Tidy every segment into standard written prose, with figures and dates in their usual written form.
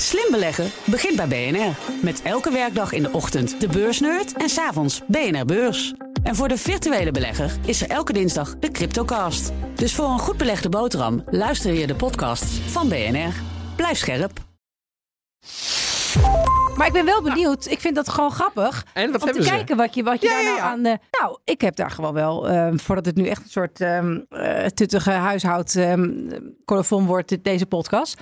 Slim beleggen begint bij BNR. Met elke werkdag in de ochtend de beursnerd en 's avonds BNR Beurs. En voor de virtuele belegger is er elke dinsdag de Cryptocast. Dus voor een goed belegde boterham luister je de podcasts van BNR. Blijf scherp. Maar ik ben wel benieuwd. Ik vind dat gewoon grappig. En wat om te kijken wat je daar nou aan... Nou, ik heb daar gewoon wel... voordat het nu echt een soort tuttige huishoudcolofon wordt, deze podcast.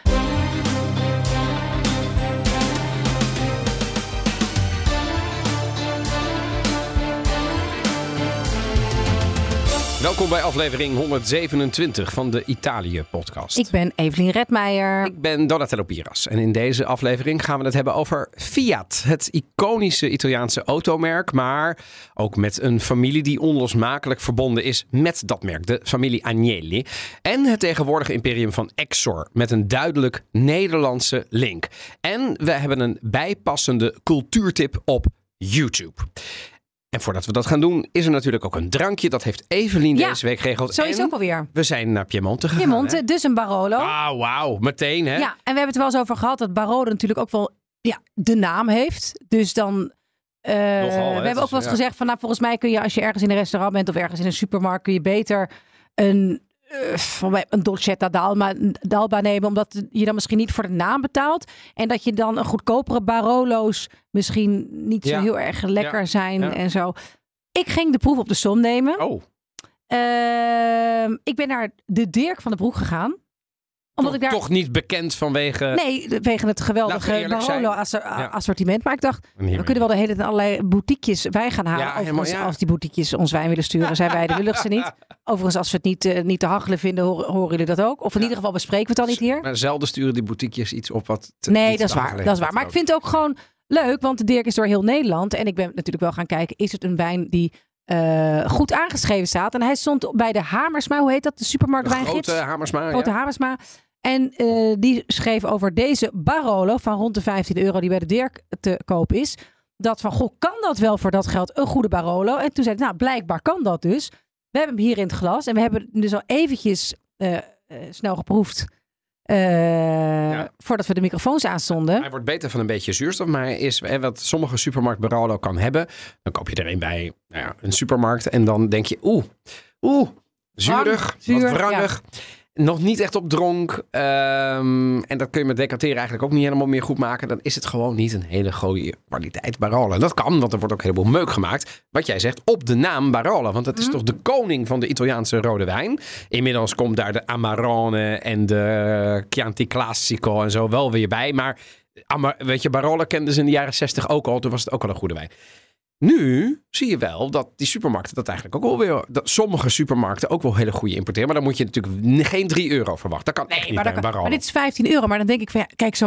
Welkom bij aflevering 127 van de Italië-podcast. Ik ben Evelien Redmeijer. Ik ben Donatello Piras. En in deze aflevering gaan we het hebben over Fiat. Het iconische Italiaanse automerk. Maar ook met een familie die onlosmakelijk verbonden is met dat merk. De familie Agnelli. En het tegenwoordige imperium van Exor. Met een duidelijk Nederlandse link. En we hebben een bijpassende cultuurtip op YouTube. En voordat we dat gaan doen, is er natuurlijk ook een drankje. Dat heeft Evelien deze week geregeld. Zo is het ook alweer. We zijn naar Piemonte gegaan. Piemonte, dus een Barolo. Ah, wauw. Meteen, hè? Ja, en we hebben het er wel eens over gehad dat Barolo natuurlijk ook wel de naam heeft. Dus dan... we hebben ook wel eens gezegd van, nou, volgens mij kun je als je ergens in een restaurant bent of ergens in een supermarkt, kun je beter een dolcetta d'alba nemen, omdat je dan misschien niet voor de naam betaalt. En dat je dan een goedkopere Barolo's misschien niet zo heel erg lekker zijn en zo. Ik ging de proef op de som nemen. Oh. Ik ben naar de Dirk van de Broek gegaan. Omdat ik daar toch niet bekend vanwege... Nee, wegen het geweldige Barolo-assortiment. Maar ik dacht, we kunnen wel de hele tijd allerlei boutiquejes wijn gaan halen. Als die boutiquejes ons wijn willen sturen, zijn wij de willigste niet. Overigens, als we het niet te hachelen vinden, horen jullie dat ook. Of in ieder geval bespreken we het dan niet hier. Maar zelden sturen die boutiquejes iets op wat... Nee, dat is waar. Maar ik vind het ook gewoon leuk, want de Dirk is door heel Nederland. En ik ben natuurlijk wel gaan kijken, is het een wijn die... goed aangeschreven staat. En hij stond bij de Hamersma, hoe heet dat? De supermarktwijngids. Grote Hamersma. En die schreef over deze Barolo van rond de €15 die bij de Dirk te koop is. Dat van, goh, kan dat wel voor dat geld een goede Barolo? En toen zei ik, nou, blijkbaar kan dat dus. We hebben hem hier in het glas. En we hebben dus al eventjes snel geproefd. Voordat we de microfoons aanstonden. Hij wordt beter van een beetje zuurstof. Maar hij is wat sommige supermarkt Barolo kan hebben. Dan koop je er een bij een supermarkt. En dan denk je, zuurig, wat wrangig. Ja. Nog niet echt op dronk. En dat kun je met decanteren eigenlijk ook niet helemaal meer goed maken. Dan is het gewoon niet een hele goede kwaliteit Barolo. En dat kan, want er wordt ook een heleboel meuk gemaakt. Wat jij zegt, op de naam Barolo. Want dat is toch de koning van de Italiaanse rode wijn. Inmiddels komt daar de Amarone en de Chianti Classico en zo wel weer bij. Maar weet je, Barolo kenden ze in de jaren 60 ook al. Toen was het ook al een goede wijn. Nu zie je wel dat die supermarkten dat eigenlijk ook wel weer... Dat sommige supermarkten ook wel hele goede importeren. Maar dan moet je natuurlijk geen €3 verwachten. Dat kan echt niet bij een Barolo. Maar dit is €15. Maar dan denk ik van kijk,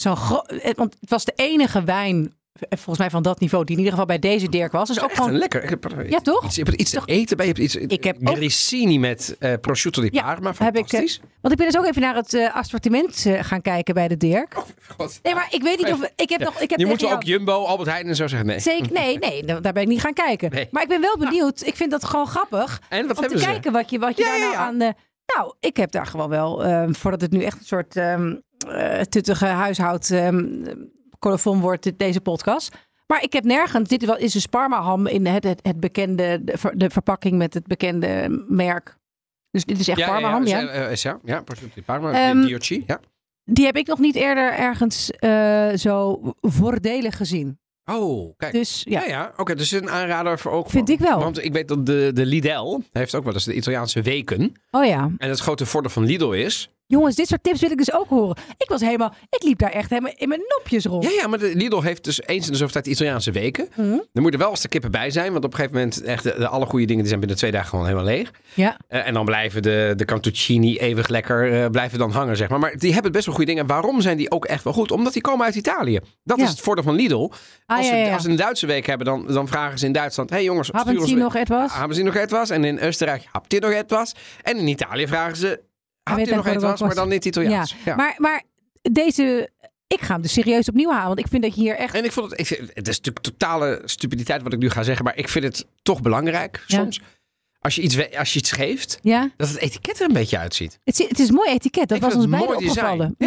want het was de enige wijn... Volgens mij van dat niveau, die in ieder geval bij deze Dirk was. Dus ook gewoon lekker. Ja, toch? Je hebt iets te eten bij. Ik heb grissini met prosciutto di Parma. Fantastisch. Want ik ben dus ook even naar het assortiment gaan kijken bij de Dirk. Oh, God. Nee, maar ik weet niet of... Je moet ook Jumbo, Albert Heijn en zo zeggen. Nee. Zeker, nee, daar ben ik niet gaan kijken. Nee. Maar ik ben wel benieuwd. Ik vind dat gewoon grappig. En wat om te kijken wat je daar nou aan... Nou, ik heb daar gewoon wel... voordat het nu echt een soort tuttige huishoudcolofon wordt, deze podcast. Maar ik heb nergens... Dit is een Parma-ham in het bekende... De verpakking met het bekende merk. Dus dit is echt Parma-ham, Ja, prosciutto di Parma, Diocchi, ja. Die heb ik nog niet eerder ergens zo voordelig gezien. Oh, kijk. Dus, Oké, dus een aanrader voor ook... Vind ik wel. Want ik weet dat de Lidl heeft ook wel eens de Italiaanse weken. Oh ja. En het grote voordeel van Lidl is... Jongens, dit soort tips wil ik dus ook horen. Ik liep daar echt helemaal in mijn nopjes rond. Ja, maar de Lidl heeft dus eens in de zoveel tijd de Italiaanse weken. Dan moet er wel eens de kippen bij zijn. Want op een gegeven moment echt alle goede dingen die zijn binnen 2 dagen gewoon helemaal leeg. Ja. En dan blijven de cantuccini eeuwig lekker blijven dan hangen, zeg maar. Maar die hebben best wel goede dingen. Waarom zijn die ook echt wel goed? Omdat die komen uit Italië. Dat is het voordeel van Lidl. Als ze een Duitse week hebben, dan vragen ze in Duitsland... Hey jongens, hebben ze nog etwas? Hebben ze nog etwas? En in Oostenrijk, habt ihr nog etwas? En in Italië vragen ze... Had je nog etwas, maar dan niet Italiaans. Ja. Maar deze... Ik ga hem dus serieus opnieuw halen. Want ik vind dat je hier echt... En ik vond het... Het is natuurlijk totale stupiditeit wat ik nu ga zeggen. Maar ik vind het toch belangrijk soms. Als je iets geeft, dat het etiket er een beetje uitziet. Het is een mooi etiket. Dat was ons beiden opgevallen. Ja.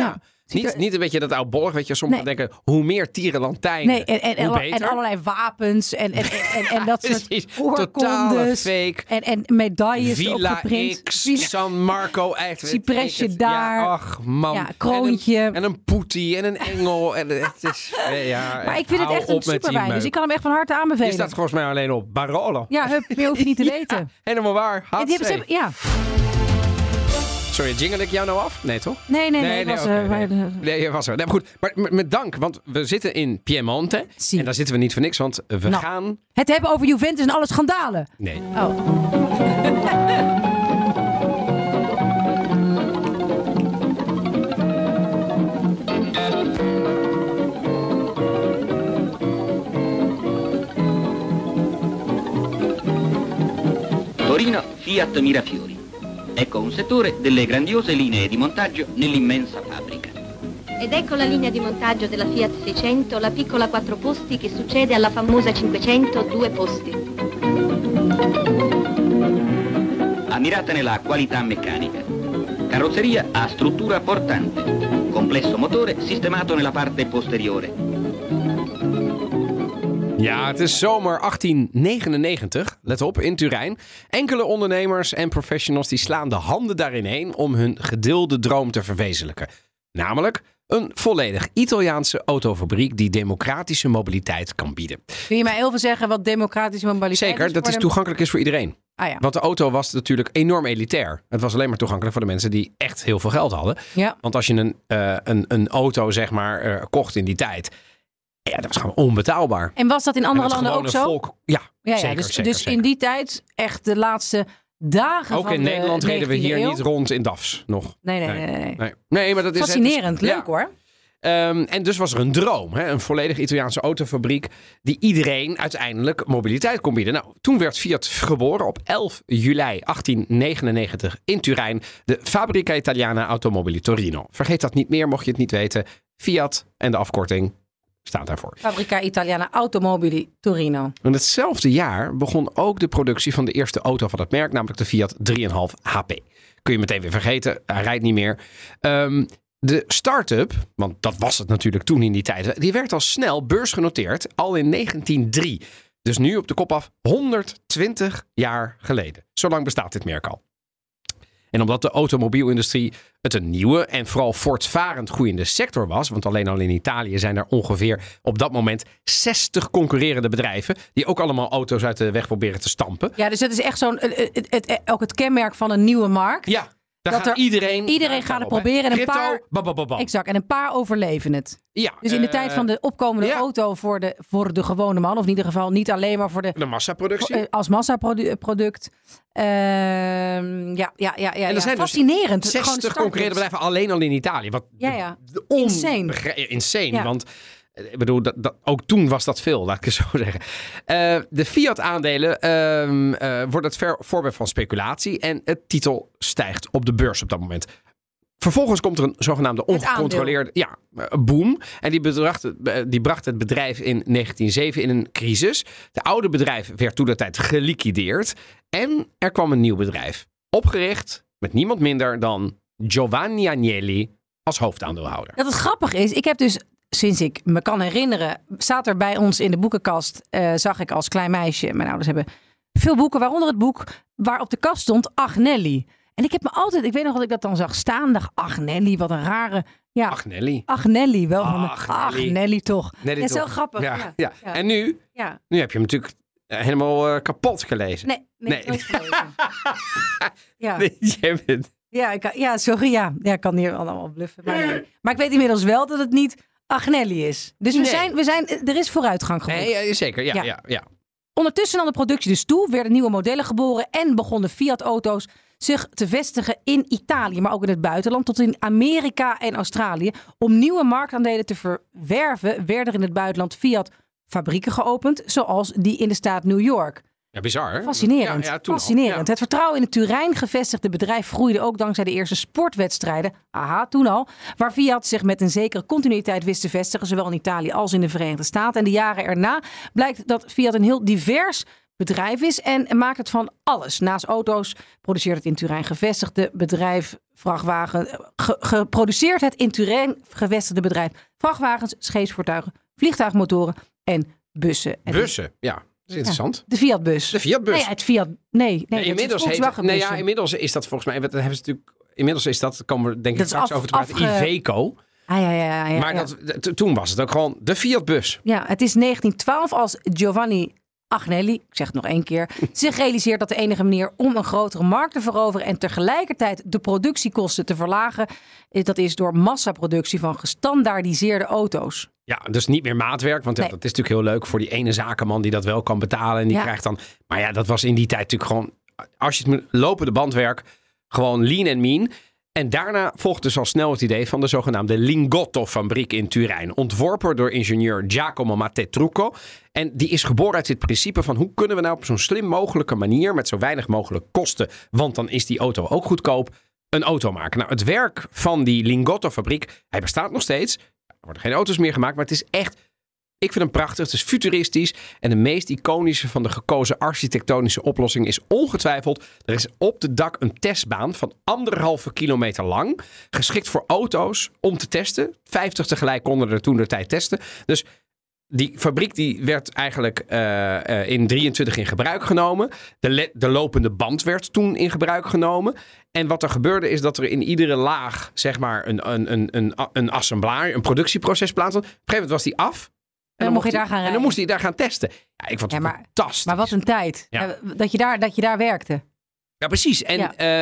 Niet een beetje dat oudbollig, weet je. Sommigen denken, hoe meer tierenlantijnen, hoe beter. En allerlei wapens en dat soort oorkondes. Fake. En medailles Villa opgeprint. X, San Marco. Echt, Cypresje daar. Ja, ach man. Ja, kroontje. En een poetie en een engel. En het is, maar ik vind het echt een superwijn. Dus ik kan hem echt van harte aanbevelen. Je staat volgens mij alleen op Barolo. Ja, meer hoef je niet te weten. Helemaal waar. Ja. Sorry, jingle ik jou nou af? Nee, toch? Nee, was er. Nee, maar goed, maar met dank, want we zitten in Piemonte. En daar zitten we niet voor niks, want we gaan... Het hebben over Juventus en alle schandalen. Nee. Oh. Torino Fiat Mirafiori. Ecco un settore delle grandiose linee di montaggio nell'immensa fabbrica. Ed ecco la linea di montaggio della Fiat 600, la piccola 4 posti che succede alla famosa 500 2 posti. Ammirata nella qualità meccanica. Carrozzeria a struttura portante. Complesso motore sistemato nella parte posteriore. Ja, het is zomer 1899. Let op, in Turijn. Enkele ondernemers en professionals die slaan de handen daarineen om hun gedeelde droom te verwezenlijken. Namelijk een volledig Italiaanse autofabriek die democratische mobiliteit kan bieden. Kun je mij heel veel zeggen wat democratische mobiliteit is? Zeker, dat is toegankelijk is voor iedereen. Ah, ja. Want de auto was natuurlijk enorm elitair. Het was alleen maar toegankelijk voor de mensen die echt heel veel geld hadden. Ja. Want als je een auto zeg maar kocht in die tijd... Ja, dat was gewoon onbetaalbaar. En was dat in andere landen ook zo? Ja, zeker. Dus zeker. In die tijd echt de laatste dagen ook van in Nederland reden we hier eeuw. niet rond in DAF's nog. Nee, maar dat is fascinerend. Leuk hoor. En dus was er een droom. Hè? Een volledig Italiaanse autofabriek die iedereen uiteindelijk mobiliteit kon bieden. Nou, toen werd Fiat geboren op 11 juli 1899 in Turijn. De Fabbrica Italiana Automobili Torino. Vergeet dat niet meer, mocht je het niet weten. Fiat en de afkorting staat daarvoor. Fabbrica Italiana Automobili Torino. In hetzelfde jaar begon ook de productie van de eerste auto van het merk, namelijk de Fiat 3,5 HP. Kun je meteen weer vergeten, hij rijdt niet meer. De start-up, want dat was het natuurlijk toen in die tijd, die werd al snel beursgenoteerd, al in 1903. Dus nu op de kop af 120 jaar geleden. Zo lang bestaat dit merk al. En omdat de automobielindustrie het een nieuwe en vooral voortvarend groeiende sector was, want alleen al in Italië zijn er ongeveer op dat moment 60 concurrerende bedrijven die ook allemaal auto's uit de weg proberen te stampen. Ja, dus het is echt zo'n ook het kenmerk van een nieuwe markt. Ja, daar gaat iedereen gaat het proberen. En Crypto, exact, en een paar overleven het. Ja, dus in de tijd van de opkomende auto voor de gewone man, of in ieder geval niet alleen maar voor de massaproductie. Als massaproduct. En er zijn fascinerend. Dus 60 concurrerende bedrijven alleen al in Italië. Wat insane. Ja. Want ik bedoel, ook toen was dat veel, laat ik het zo zeggen. De Fiat-aandelen worden het voorwerp van speculatie en het titel stijgt op de beurs op dat moment. Vervolgens komt er een zogenaamde ongecontroleerde boom. En die bracht het bedrijf in 1907 in een crisis. De oude bedrijf werd toentertijd geliquideerd. En er kwam een nieuw bedrijf. Opgericht met niemand minder dan Giovanni Agnelli als hoofdaandeelhouder. Dat het grappig is, ik heb dus, sinds ik me kan herinneren, staat er bij ons in de boekenkast, zag ik als klein meisje, mijn ouders hebben veel boeken, waaronder het boek waar op de kast stond Agnelli. En ik heb me altijd, ik weet nog dat ik dat dan zag staan, dacht Agnelli, wat een rare... Ja, Agnelli, wel van Agnelli toch. Nelly is toch. zo grappig. Ja. En nu heb je hem natuurlijk helemaal kapot gelezen. Nee. Nooit gelezen. Sorry. Ja, ik kan hier allemaal bluffen. Maar ik weet inmiddels wel dat het niet Agnelli is. Dus er is vooruitgang geboekt. Nee, zeker. Ja. Ondertussen nam de productie dus toe, werden nieuwe modellen geboren en begonnen Fiat-auto's zich te vestigen in Italië, maar ook in het buitenland, tot in Amerika en Australië. Om nieuwe marktaandelen te verwerven, werden er in het buitenland Fiat-fabrieken geopend, zoals die in de staat New York. Ja, bizar hè? Fascinerend. Fascinerend. Het vertrouwen in het Turijn gevestigde bedrijf groeide ook dankzij de eerste sportwedstrijden. Toen al. Waar Fiat zich met een zekere continuïteit wist te vestigen, zowel in Italië als in de Verenigde Staten. En de jaren erna blijkt dat Fiat een heel divers bedrijf is en maakt het van alles. Naast auto's produceert het in Turijn gevestigde bedrijf geproduceerd het in Turijn gevestigde bedrijf vrachtwagens, scheepsvoertuigen, vliegtuigmotoren en bussen. Bussen, ja. Dat is interessant. Ja, de Fiat-bus. De Fiat-bus. Nee, het Fiat. Nee, inmiddels is dat volgens mij. Dat hebben ze natuurlijk. Inmiddels is dat. Komen we denk ik straks over te praten. Iveco. Ja. Maar toen was het ook gewoon de Fiat-bus. Ja, het is 1912 als Giovanni Agnelli, ik zeg het nog 1 keer, zich realiseert dat de enige manier om een grotere markt te veroveren en tegelijkertijd de productiekosten te verlagen, dat is door massaproductie van gestandaardiseerde auto's. Ja, dus niet meer maatwerk, want dat is natuurlijk heel leuk voor die ene zakenman die dat wel kan betalen en die krijgt dan. Maar ja, dat was in die tijd natuurlijk gewoon, als je het lopende bandwerk, gewoon lean en mean. En daarna volgt dus al snel het idee van de zogenaamde Lingotto-fabriek in Turijn. Ontworpen door ingenieur Giacomo Mattetrucco. En die is geboren uit dit principe van hoe kunnen we nou op zo'n slim mogelijke manier met zo weinig mogelijk kosten, want dan is die auto ook goedkoop, een auto maken. Nou, het werk van die Lingotto-fabriek, hij bestaat nog steeds. Er worden geen auto's meer gemaakt, maar het is echt, ik vind hem prachtig. Het is futuristisch. En de meest iconische van de gekozen architectonische oplossing is ongetwijfeld, er is op de dak een testbaan van 1,5 kilometer lang. Geschikt voor auto's om te testen. 50 tegelijk konden er toen de tijd testen. Dus die fabriek die werd eigenlijk in 23 in gebruik genomen. De lopende band werd toen in gebruik genomen. En wat er gebeurde is dat er in iedere laag zeg maar een assemblaar, een productieproces plaatsvond. Op een gegeven moment was die af. En dan mocht je daar gaan rijden. En dan moest hij daar gaan testen. Ja, ik vond het fantastisch. Maar wat een tijd. Ja. Dat je daar werkte. Ja, precies. En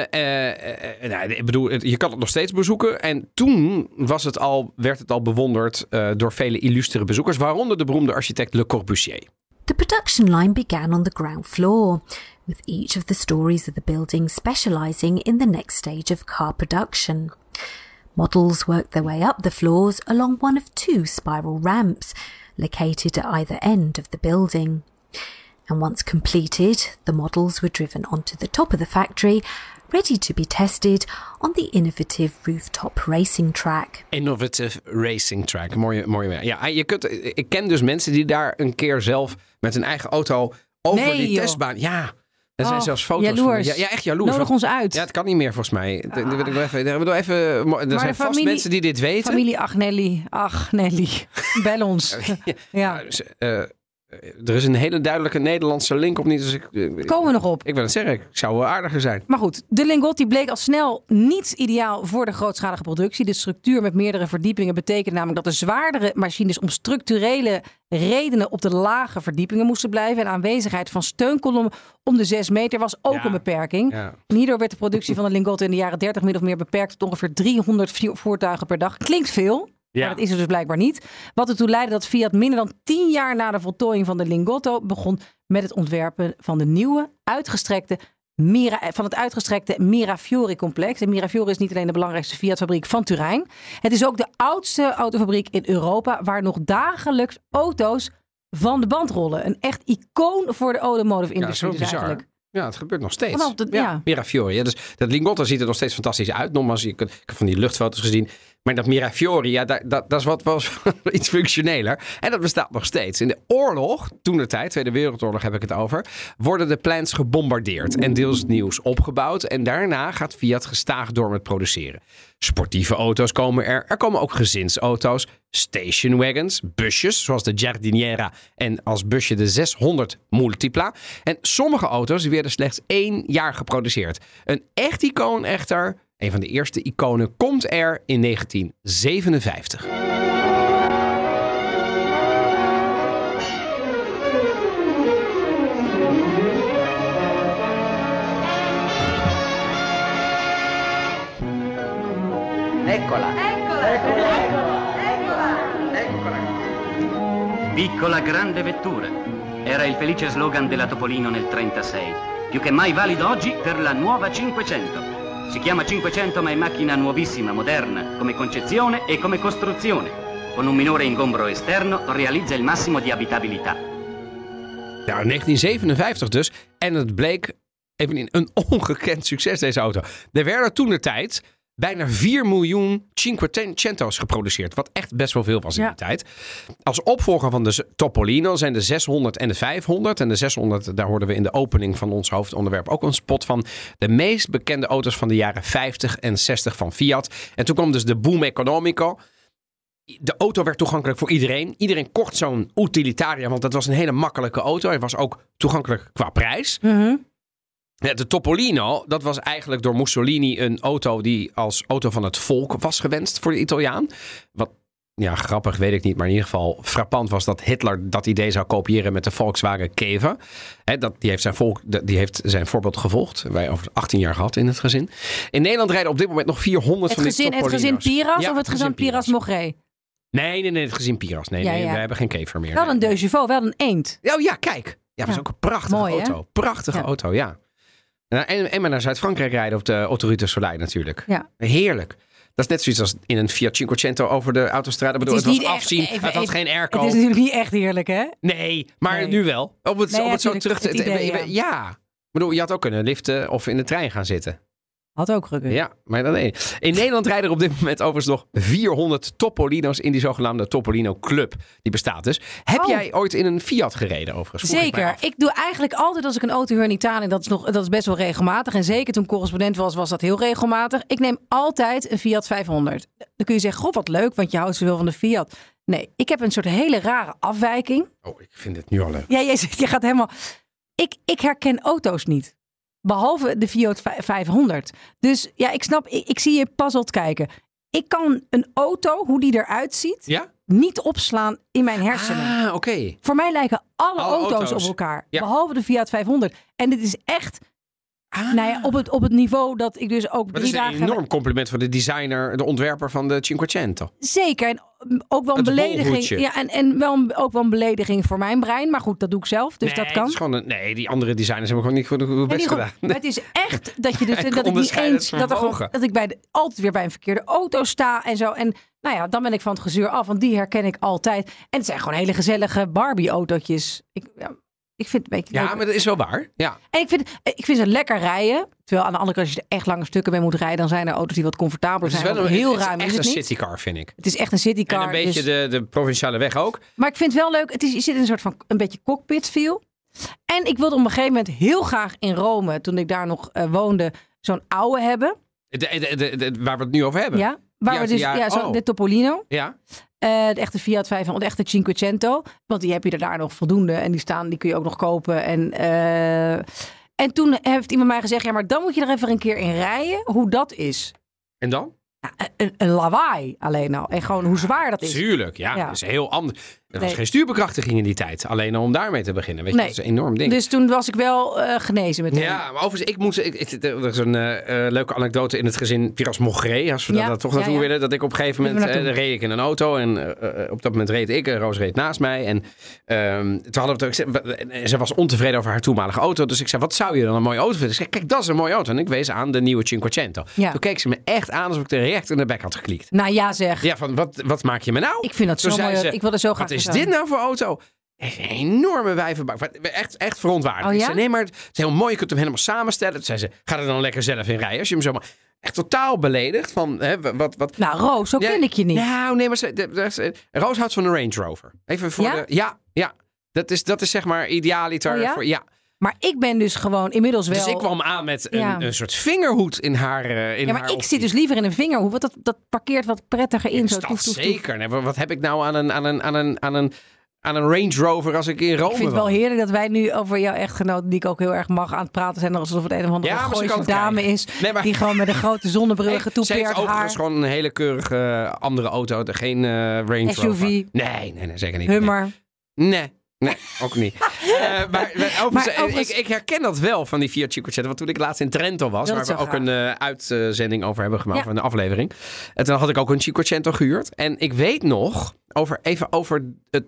ik bedoel, je kan het nog steeds bezoeken. En toen werd het al bewonderd door vele illustere bezoekers, waaronder de beroemde architect Le Corbusier. The production line began on the ground floor, with each of the stories of the building specializing in the next stage of car production. Models worked their way up the floors along one of 2 spiral ramps, located at either end of the building. And once completed, the models were driven onto the top of the factory, ready to be tested on the innovative rooftop racing track. Innovative racing track, mooie. Ja, ik ken dus mensen die daar een keer zelf met hun eigen auto over die testbaan. Ja. Er zijn zelfs foto's jaloers. van. Ja, echt jaloers. Nodig ons uit. Ja, het kan niet meer volgens mij. Er zijn vast mensen die dit weten. Familie Agnelli, bel ons. Ja. Er is een hele duidelijke Nederlandse link op niet. Dus komen we nog op. Ik wil het zeggen, ik zou wel aardiger zijn. Maar goed, de Lingotti bleek al snel niet ideaal voor de grootschalige productie. De structuur met meerdere verdiepingen betekent namelijk dat de zwaardere machines om structurele redenen op de lage verdiepingen moesten blijven. En aanwezigheid van steunkolommen om de 6 meter was ook een beperking. Ja. En hierdoor werd de productie van de Lingotti in de jaren 30 min of meer beperkt tot ongeveer 300 voertuigen per dag. Klinkt veel. Ja. Maar dat is er dus blijkbaar niet. Wat ertoe leidde dat Fiat minder dan 10 jaar na de voltooiing van de Lingotto begon met het ontwerpen van de nieuwe, uitgestrekte Mirafiori-complex. En Mirafiori is niet alleen de belangrijkste Fiat-fabriek van Turijn. Het is ook de oudste autofabriek in Europa waar nog dagelijks auto's van de band rollen. Een echt icoon voor de automotive-industrie dus eigenlijk. Ja, het gebeurt nog steeds. Mirafiori. Ja, dus dat Lingotto ziet er nog steeds fantastisch uit. Nogmaals, ik heb van die luchtfoto's gezien. Maar dat Mirafiori, dat is was iets functioneler. En dat bestaat nog steeds. In de oorlog, toentertijd, Tweede Wereldoorlog heb ik het over, worden de plants gebombardeerd en deels nieuws opgebouwd. En daarna gaat Fiat gestaag door met produceren. Sportieve auto's komen er. Er komen ook gezinsauto's, stationwagons, busjes, zoals de Giardiniera en als busje de 600 Multipla. En sommige auto's die werden slechts 1 jaar geproduceerd. Een echt icoon echter, een van de eerste iconen, komt er in 1957. Eccola. Piccola grande vettura. Era il felice slogan della Topolino nel 1936. Più che mai valido oggi per la nuova 500. Si chiama 500 ma è macchina nuovissima, moderna, come concezione e come costruzione. Con un minore ingombro esterno realizza il massimo di abitabilità. Ja, 1957 dus. En het bleek even een ongekend succes, deze auto. Er werden toen de tijd bijna 4 miljoen Cinquecento's geproduceerd. Wat echt best wel veel was in die tijd. Als opvolger van de Topolino zijn de 600 en de 500. En de 600, daar hoorden we in de opening van ons hoofdonderwerp ook een spot van. De meest bekende auto's van de jaren 50 en 60 van Fiat. En toen kwam dus de boom economico. De auto werd toegankelijk voor iedereen. Iedereen kocht zo'n utilitaria, want dat was een hele makkelijke auto. Hij was ook toegankelijk qua prijs. Mm-hmm. Ja, de Topolino, dat was eigenlijk door Mussolini een auto die als auto van het volk was gewenst voor de Italiaan. Wat, ja, grappig weet ik niet, maar in ieder geval frappant was dat Hitler dat idee zou kopiëren met de Volkswagen Käfer. Die heeft zijn voorbeeld gevolgd. Wij over 18 jaar gehad in het gezin. In Nederland rijden op dit moment nog 400 van die Topolino's. Het gezin Piras ja, of het gezin Piras-Mogré? Nee, het gezin Piras. Nee, we hebben geen Käfer meer. Wel een Deux Chevaux, wel een eend. Oh ja, kijk. Ja, dat is ook een prachtige auto. Hè? Prachtige auto, ja. En maar naar Zuid-Frankrijk rijden op de Autoroute du Soleil natuurlijk. Ja. Heerlijk. Dat is net zoiets als in een Fiat Cinquecento over de autostrade. Het was afzien, het had geen airco. Het is natuurlijk niet echt heerlijk, hè? Nee, maar nu wel. Om het zo terug te... Ja. Ik bedoel, je had ook kunnen liften of in de trein gaan zitten. Had ook gekund. Ja, maar dan nee. In Nederland rijden er op dit moment overigens nog 400 Topolino's in die zogenaamde Topolino Club. Die bestaat dus. Heb jij ooit in een Fiat gereden overigens? Zeker. Ik doe eigenlijk altijd als ik een auto huur in Italië. Dat is best wel regelmatig. En zeker toen correspondent was dat heel regelmatig. Ik neem altijd een Fiat 500. Dan kun je zeggen, goh, wat leuk, want je houdt zoveel van de Fiat. Nee, ik heb een soort hele rare afwijking. Oh, ik vind het nu al leuk. Ja, je gaat helemaal... Ik herken auto's niet. Behalve de Fiat 500. Dus ja, ik snap, ik zie je puzzeld kijken. Ik kan een auto, hoe die eruit ziet, niet opslaan in mijn hersenen. Ah, oké. Voor mij lijken alle auto's op elkaar. Ja. Behalve de Fiat 500. En dit is echt... Nou ja, op het niveau dat ik dus ook 3 dagen... Dat is een enorm compliment voor de designer, de ontwerper van de Cinquecento. Zeker. En ook wel een belediging. Ja, en ook wel een belediging voor mijn brein. Maar goed, dat doe ik zelf. Dus dat kan. Het is gewoon die andere designers hebben gewoon niet goed best gedaan. Nee. Maar het is echt dat je dus... dat ik niet eens... Dat ik altijd weer bij een verkeerde auto sta en zo. En nou ja, dan ben ik van het gezeur af. Want die herken ik altijd. En het zijn gewoon hele gezellige Barbie-autootjes. Ik vind het een beetje maar dat is wel waar. Ja. En ik vind ze lekker rijden. Terwijl aan de andere kant, als je er echt lange stukken mee moet rijden, dan zijn er auto's die wat comfortabeler zijn. Het is heel ruim. Het is echt een citycar, vind ik. Het is echt een citycar. En een beetje de provinciale weg ook. Maar ik vind het wel leuk. Je zit in een soort van een beetje cockpit feel. En ik wilde op een gegeven moment heel graag in Rome, toen ik daar nog woonde, zo'n oude hebben. Waar we het nu over hebben. Ja. De Topolino. Ja. De echte Fiat 500, de echte Cinquecento. Want die heb je er daar nog voldoende. En die kun je ook nog kopen. En toen heeft iemand mij gezegd, ja, maar dan moet je er even een keer in rijden. Hoe dat is. En dan? Ja, een lawaai alleen al. En gewoon hoe zwaar dat is. Tuurlijk, ja. Dat is heel anders. Er was geen stuurbekrachtiging in die tijd. Alleen om daarmee te beginnen. Weet je, dat is een enorm ding. Dus toen was ik wel genezen meteen. Ja, maar overigens, er is een leuke anekdote in het gezin Piras-Mogré. Als we daar toch naartoe willen. Dat ik op een gegeven moment reed ik in een auto. En op dat moment reed ik. Roos reed naast mij. En toen hadden we het. Ze was ontevreden over haar toenmalige auto. Dus ik zei, wat zou je dan een mooie auto vinden? Ik zei, kijk, dat is een mooie auto. En ik wees aan de nieuwe Cinquecento. Ja. Toen keek ze me echt aan alsof ik direct in de bek had geklikt. Nou ja, zeg. Ja, van wat maak je me nou? Ik vind dat zo mooi. Ik wilde zo graag. Wat is dit nou voor auto? Een enorme wijvenbak. Echt verontwaardigd. Oh, ja? Ik zei, nee, maar het is heel mooi. Je kunt hem helemaal samenstellen. Toen zei ze, ga er dan lekker zelf in rijden. Als je hem zomaar... Echt totaal beledigd. Van, wat... Nou, Roos, zo ken ik je niet. Nou, nee, maar Roos houdt van een Range Rover. Even voor de... Ja. Dat is zeg maar idealiter. Oh, ja? Voor, ja. Maar ik ben dus gewoon inmiddels wel... Dus ik kwam aan met een soort vingerhoed in haar maar ik zit dus liever in een vingerhoed. Want dat parkeert wat prettiger in. Zo, dat zeker. Nee, wat heb ik nou aan een Range Rover als ik in Rome Ik vind het wel heerlijk dat wij nu over jouw echtgenoot, die ik ook heel erg mag, aan het praten zijn. Alsof het een of andere Gooise dame is. Nee, maar... Die gewoon met een grote zonnebril getoupeerd haar. Ze heeft overigens gewoon een hele keurige andere auto. Geen Range SUV. Rover. Nee, zeker niet. Hummer. Nee, ook niet. Ik herken dat wel van die Fiat Cinquecento. Want toen ik laatst in Trento was, waar we ook een uitzending over hebben gemaakt, van een aflevering. En toen had ik ook een Cinquecento gehuurd. En ik weet nog, over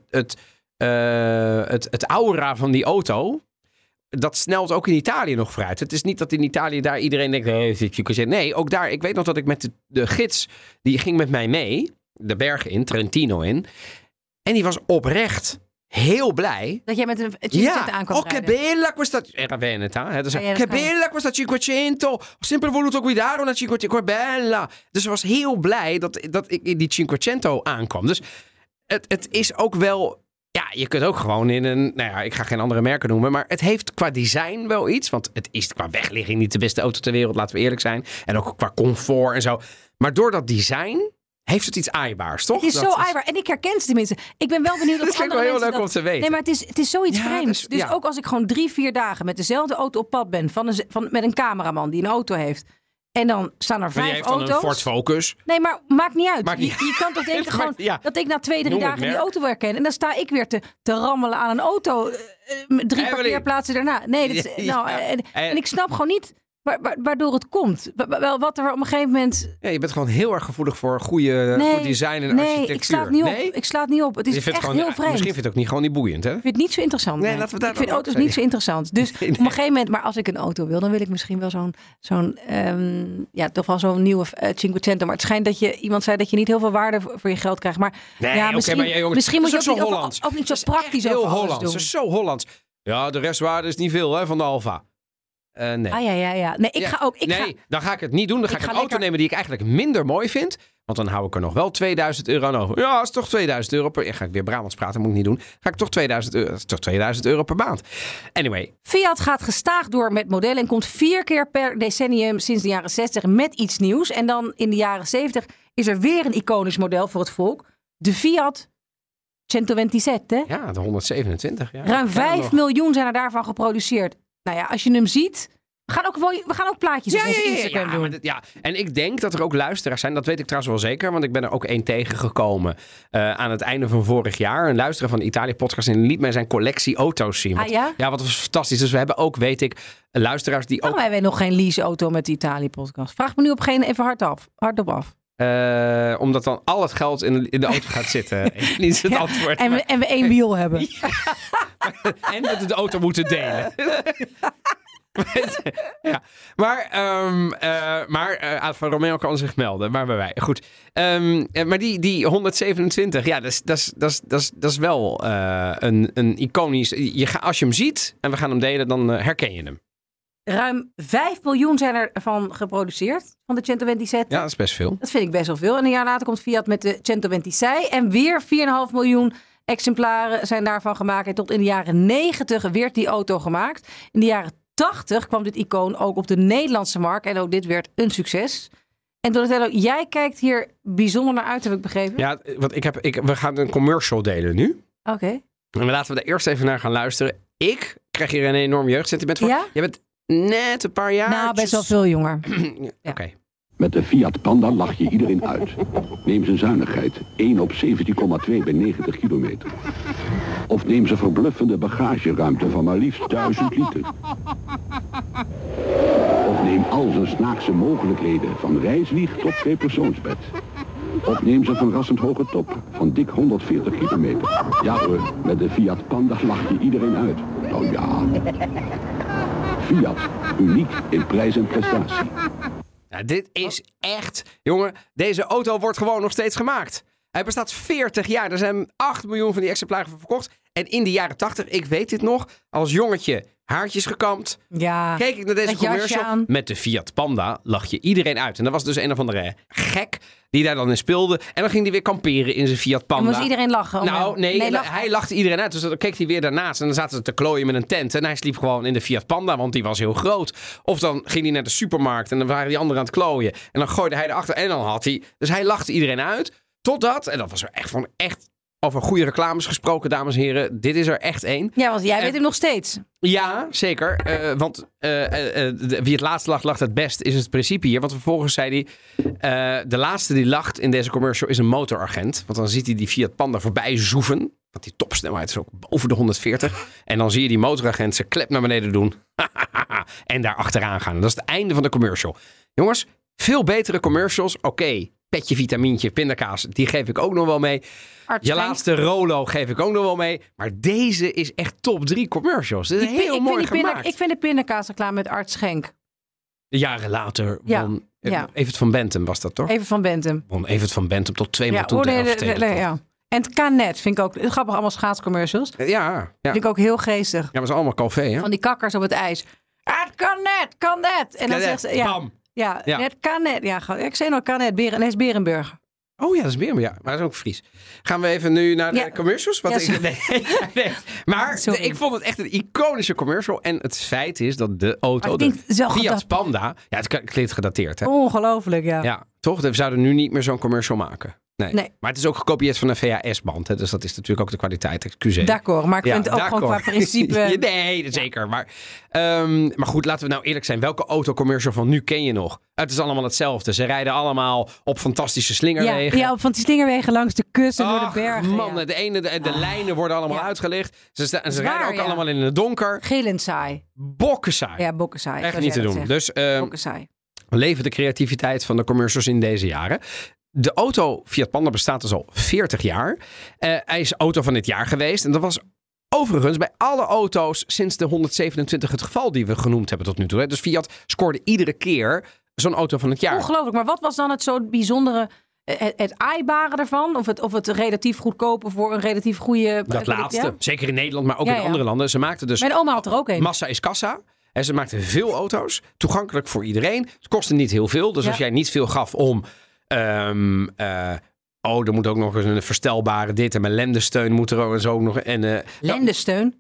het aura van die auto. Dat snelt ook in Italië nog vooruit. Het is niet dat in Italië daar iedereen denkt... Nee, ook daar. Ik weet nog dat ik met de gids, die ging met mij mee. De bergen in, Trentino in. En die was oprecht heel blij. Dat jij met een 500 aankwam che bella questa... Era Veneta. Hè? Dus che bella questa 500. Ho sempre voluto guidare una 500. Che bella. Dus ze was heel blij dat ik in die 500 aankwam. Dus het is ook wel... Ja, je kunt ook gewoon in een... Nou ja, ik ga geen andere merken noemen. Maar het heeft qua design wel iets. Want het is qua wegligging niet de beste auto ter wereld. Laten we eerlijk zijn. En ook qua comfort en zo. Maar door dat design... heeft het iets aaibaars, toch? Het is zo aaibaar. En ik herken ze tenminste. Ik ben wel benieuwd of dat andere mensen... Dat heel leuk om te weten. Nee, maar het is zoiets vreemds. Dus ook als ik gewoon 3-4 dagen met dezelfde auto op pad ben... met een cameraman die een auto heeft... en dan staan er 5 auto's... Maar een Ford Focus. Nee, maar maakt niet uit. Je kan toch denken gewoon dat ik na 2-3 dagen die auto wil herkennen... en dan sta ik weer te rammelen aan een auto... 3 parkeerplaatsen daarna. Nee, dat is, en ik snap gewoon niet... Waardoor het komt. Wel wat er op een gegeven moment... Ja, je bent gewoon heel erg gevoelig voor goed design en architectuur. Nee, ik sla het niet op. Het is echt heel vreemd. Misschien vind je het ook niet gewoon niet boeiend, hè? Ik vind het niet zo interessant. Nee, laten we daar ik vind auto's niet zo interessant. Dus op een gegeven moment... Maar als ik een auto wil, dan wil ik misschien wel toch wel zo'n nieuwe 500. Maar het schijnt dat iemand zei dat je niet heel veel waarde voor je geld krijgt. Maar misschien moet je ook niet zo praktisch heel over alles Hollands. doen. Het is zo Hollands. Ja, de restwaarde is niet veel, hè, van de Alfa. Nee. Ja. Nee, dan ga ik het niet doen. Dan ga ik een auto nemen die ik eigenlijk minder mooi vind. Want dan hou ik er nog wel €2000 aan over. Ja, dat is toch €2000 per... Ga ik weer Brabants praten, moet ik niet doen. Ga ik toch €2000. Dat is toch €2000 per maand. Anyway. Fiat gaat gestaag door met modellen en komt 4 keer per decennium sinds de jaren 60 met iets nieuws. En dan in de jaren 70 is er weer een iconisch model voor het volk. De Fiat 127. Ja, de 127. Ja. Ruim 5 miljoen zijn er daarvan geproduceerd. Nou ja, als je hem ziet... We gaan ook plaatjes op onze Instagram doen. En ik denk dat er ook luisteraars zijn. Dat weet ik trouwens wel zeker. Want ik ben er ook één tegengekomen aan het einde van vorig jaar. Een luisteraar van de Italië-podcast en liet mij zijn collectie auto's zien. Ja, wat was fantastisch. Dus we hebben ook, weet ik, luisteraars die ook... Wij hebben nog geen lease-auto met de Italië-podcast. Vraag me nu op geen even hardop af. Omdat dan al het geld in de auto gaat zitten. Niet is het antwoord. En we 1 wiel hebben. En dat we de auto moeten delen. Ja. Maar Alfa Romeo kan zich melden. Maar bij wij. Goed. Maar die 127, ja, dat is wel een iconisch... Als je hem ziet en we gaan hem delen, dan herken je hem. Ruim 5 miljoen zijn er van geproduceerd, van de 127. Ja, dat is best veel. Dat vind ik best wel veel. En een jaar later komt Fiat met de 126. En weer 4,5 miljoen exemplaren zijn daarvan gemaakt. En tot in de jaren 90 werd die auto gemaakt. In de jaren 80 kwam dit icoon ook op de Nederlandse markt. En ook dit werd een succes. En Donatello, jij kijkt hier bijzonder naar uit, heb ik begrepen. Ja, want we gaan een commercial delen nu. Oké. En laten we er eerst even naar gaan luisteren. Ik krijg hier een enorm jeugdsentiment voor. Ja? Je bent net een paar jaar. Nou, best wel veel jonger. Ja. Oké. Met de Fiat Panda lach je iedereen uit. Neem zijn zuinigheid, 1 op 17,2 bij 90 kilometer. Of neem zijn verbluffende bagageruimte van maar liefst 1000 liter. Of neem al zijn snaakse mogelijkheden van reiswieg tot 2-persoonsbed. Of neem zijn verrassend hoge top van dik 140 kilometer. Ja hoor, met de Fiat Panda lach je iedereen uit. Nou ja. Fiat, uniek in prijs en prestatie. Ja, dit is echt... Jongen, deze auto wordt gewoon nog steeds gemaakt. Hij bestaat 40 jaar. Er zijn 8 miljoen van die exemplaren verkocht. En in de jaren 80, ik weet dit nog, als jongetje haartjes gekamd. Ja, keek ik naar deze commercial. Met de Fiat Panda lag je iedereen uit. En dat was dus een of andere gek die daar dan in speelde. En dan ging hij weer kamperen in zijn Fiat Panda. En moest iedereen lachen? Nou, nee, hij lachte iedereen uit. Dus dan keek hij weer daarnaast. En dan zaten ze te klooien met een tent. En hij sliep gewoon in de Fiat Panda, want die was heel groot. Of dan ging hij naar de supermarkt en dan waren die anderen aan het klooien. En dan gooide hij erachter en dan had hij... Dus hij lachte iedereen uit. Totdat, en dat was er echt over goede reclames gesproken, dames en heren. Dit is er echt één. Ja, want jij weet hem nog steeds. Ja, zeker. Want wie het laatst lacht het best, is het principe hier. Want vervolgens zei hij... de laatste die lacht in deze commercial is een motoragent. Want dan ziet hij die Fiat Panda voorbij zoeven. Want die topsnelheid is ook boven de 140. En dan zie je die motoragent zijn klep naar beneden doen. En daar achteraan gaan. En dat is het einde van de commercial. Jongens, veel betere commercials. Oké. Petje, vitamintje, pindakaas, die geef ik ook nog wel mee. Je laatste Rolo geef ik ook nog wel mee. Maar deze is echt top 3 commercials. Dit is heel mooi gemaakt. Ik vind de pindakaasreclame met Art Schenk. Jaren later won Ja. Evert van Bentum was dat toch? Evert van Bentum. Won Evert van Bentum tot 2 miljoen toe. Ja. En het Canet vind ik ook grappig, allemaal schaatscommercials. Ja. Vind ik ook heel geestig. Ja, maar het is allemaal Calvé, hè? Van die kakkers op het ijs. Het Canet. En dan zegt ze... Bam. Ja, het Canet. Ja, ik zei nog Canet. Nee, het is Berenburg. Oh ja, dat is Berenburg. Ja, maar dat is ook Fries. Gaan we even nu naar de commercials? Nee. Maar ik vond het echt een iconische commercial. En het feit is dat de auto, de Fiat Panda... Ja, het klinkt gedateerd, hè? Ongelooflijk, ja. Ja, toch? We zouden nu niet meer zo'n commercial maken. Nee. Maar het is ook gekopieerd van een VHS-band. Dus dat is natuurlijk ook de kwaliteit. Excuseer. D'accord, maar ik vind het ook gewoon qua principe... Nee, zeker. Maar goed, laten we nou eerlijk zijn. Welke autocommercial van nu ken je nog? Het is allemaal hetzelfde. Ze rijden allemaal op fantastische slingerwegen. Ja, op van die slingerwegen langs de kust en door de bergen. Man, de lijnen worden allemaal uitgelicht. Ze rijden ook allemaal in het donker. Gillend saai. Bokken saai. Ja, bokken saai. Echt niet te doen. Dus bokken saai. Leven de creativiteit van de commercials in deze jaren. De auto Fiat Panda bestaat dus al 40 jaar. Hij is auto van dit jaar geweest. En dat was overigens bij alle auto's sinds de 127 het geval die we genoemd hebben tot nu toe. Dus Fiat scoorde iedere keer zo'n auto van het jaar. Ongelooflijk. Maar wat was dan het zo bijzondere, het aaibare ervan? Of het relatief goedkopen voor een relatief goede... Dat laatste. Zeker in Nederland, maar ook in andere landen. Ze maakten dus... Mijn oma had er ook een. Massa is kassa. En ze maakten veel auto's. Toegankelijk voor iedereen. Het kostte niet heel veel. Dus als jij niet veel gaf om... er moet ook nog eens een verstelbare dit en mijn lendesteun moet er ook zo nog. Lendesteun?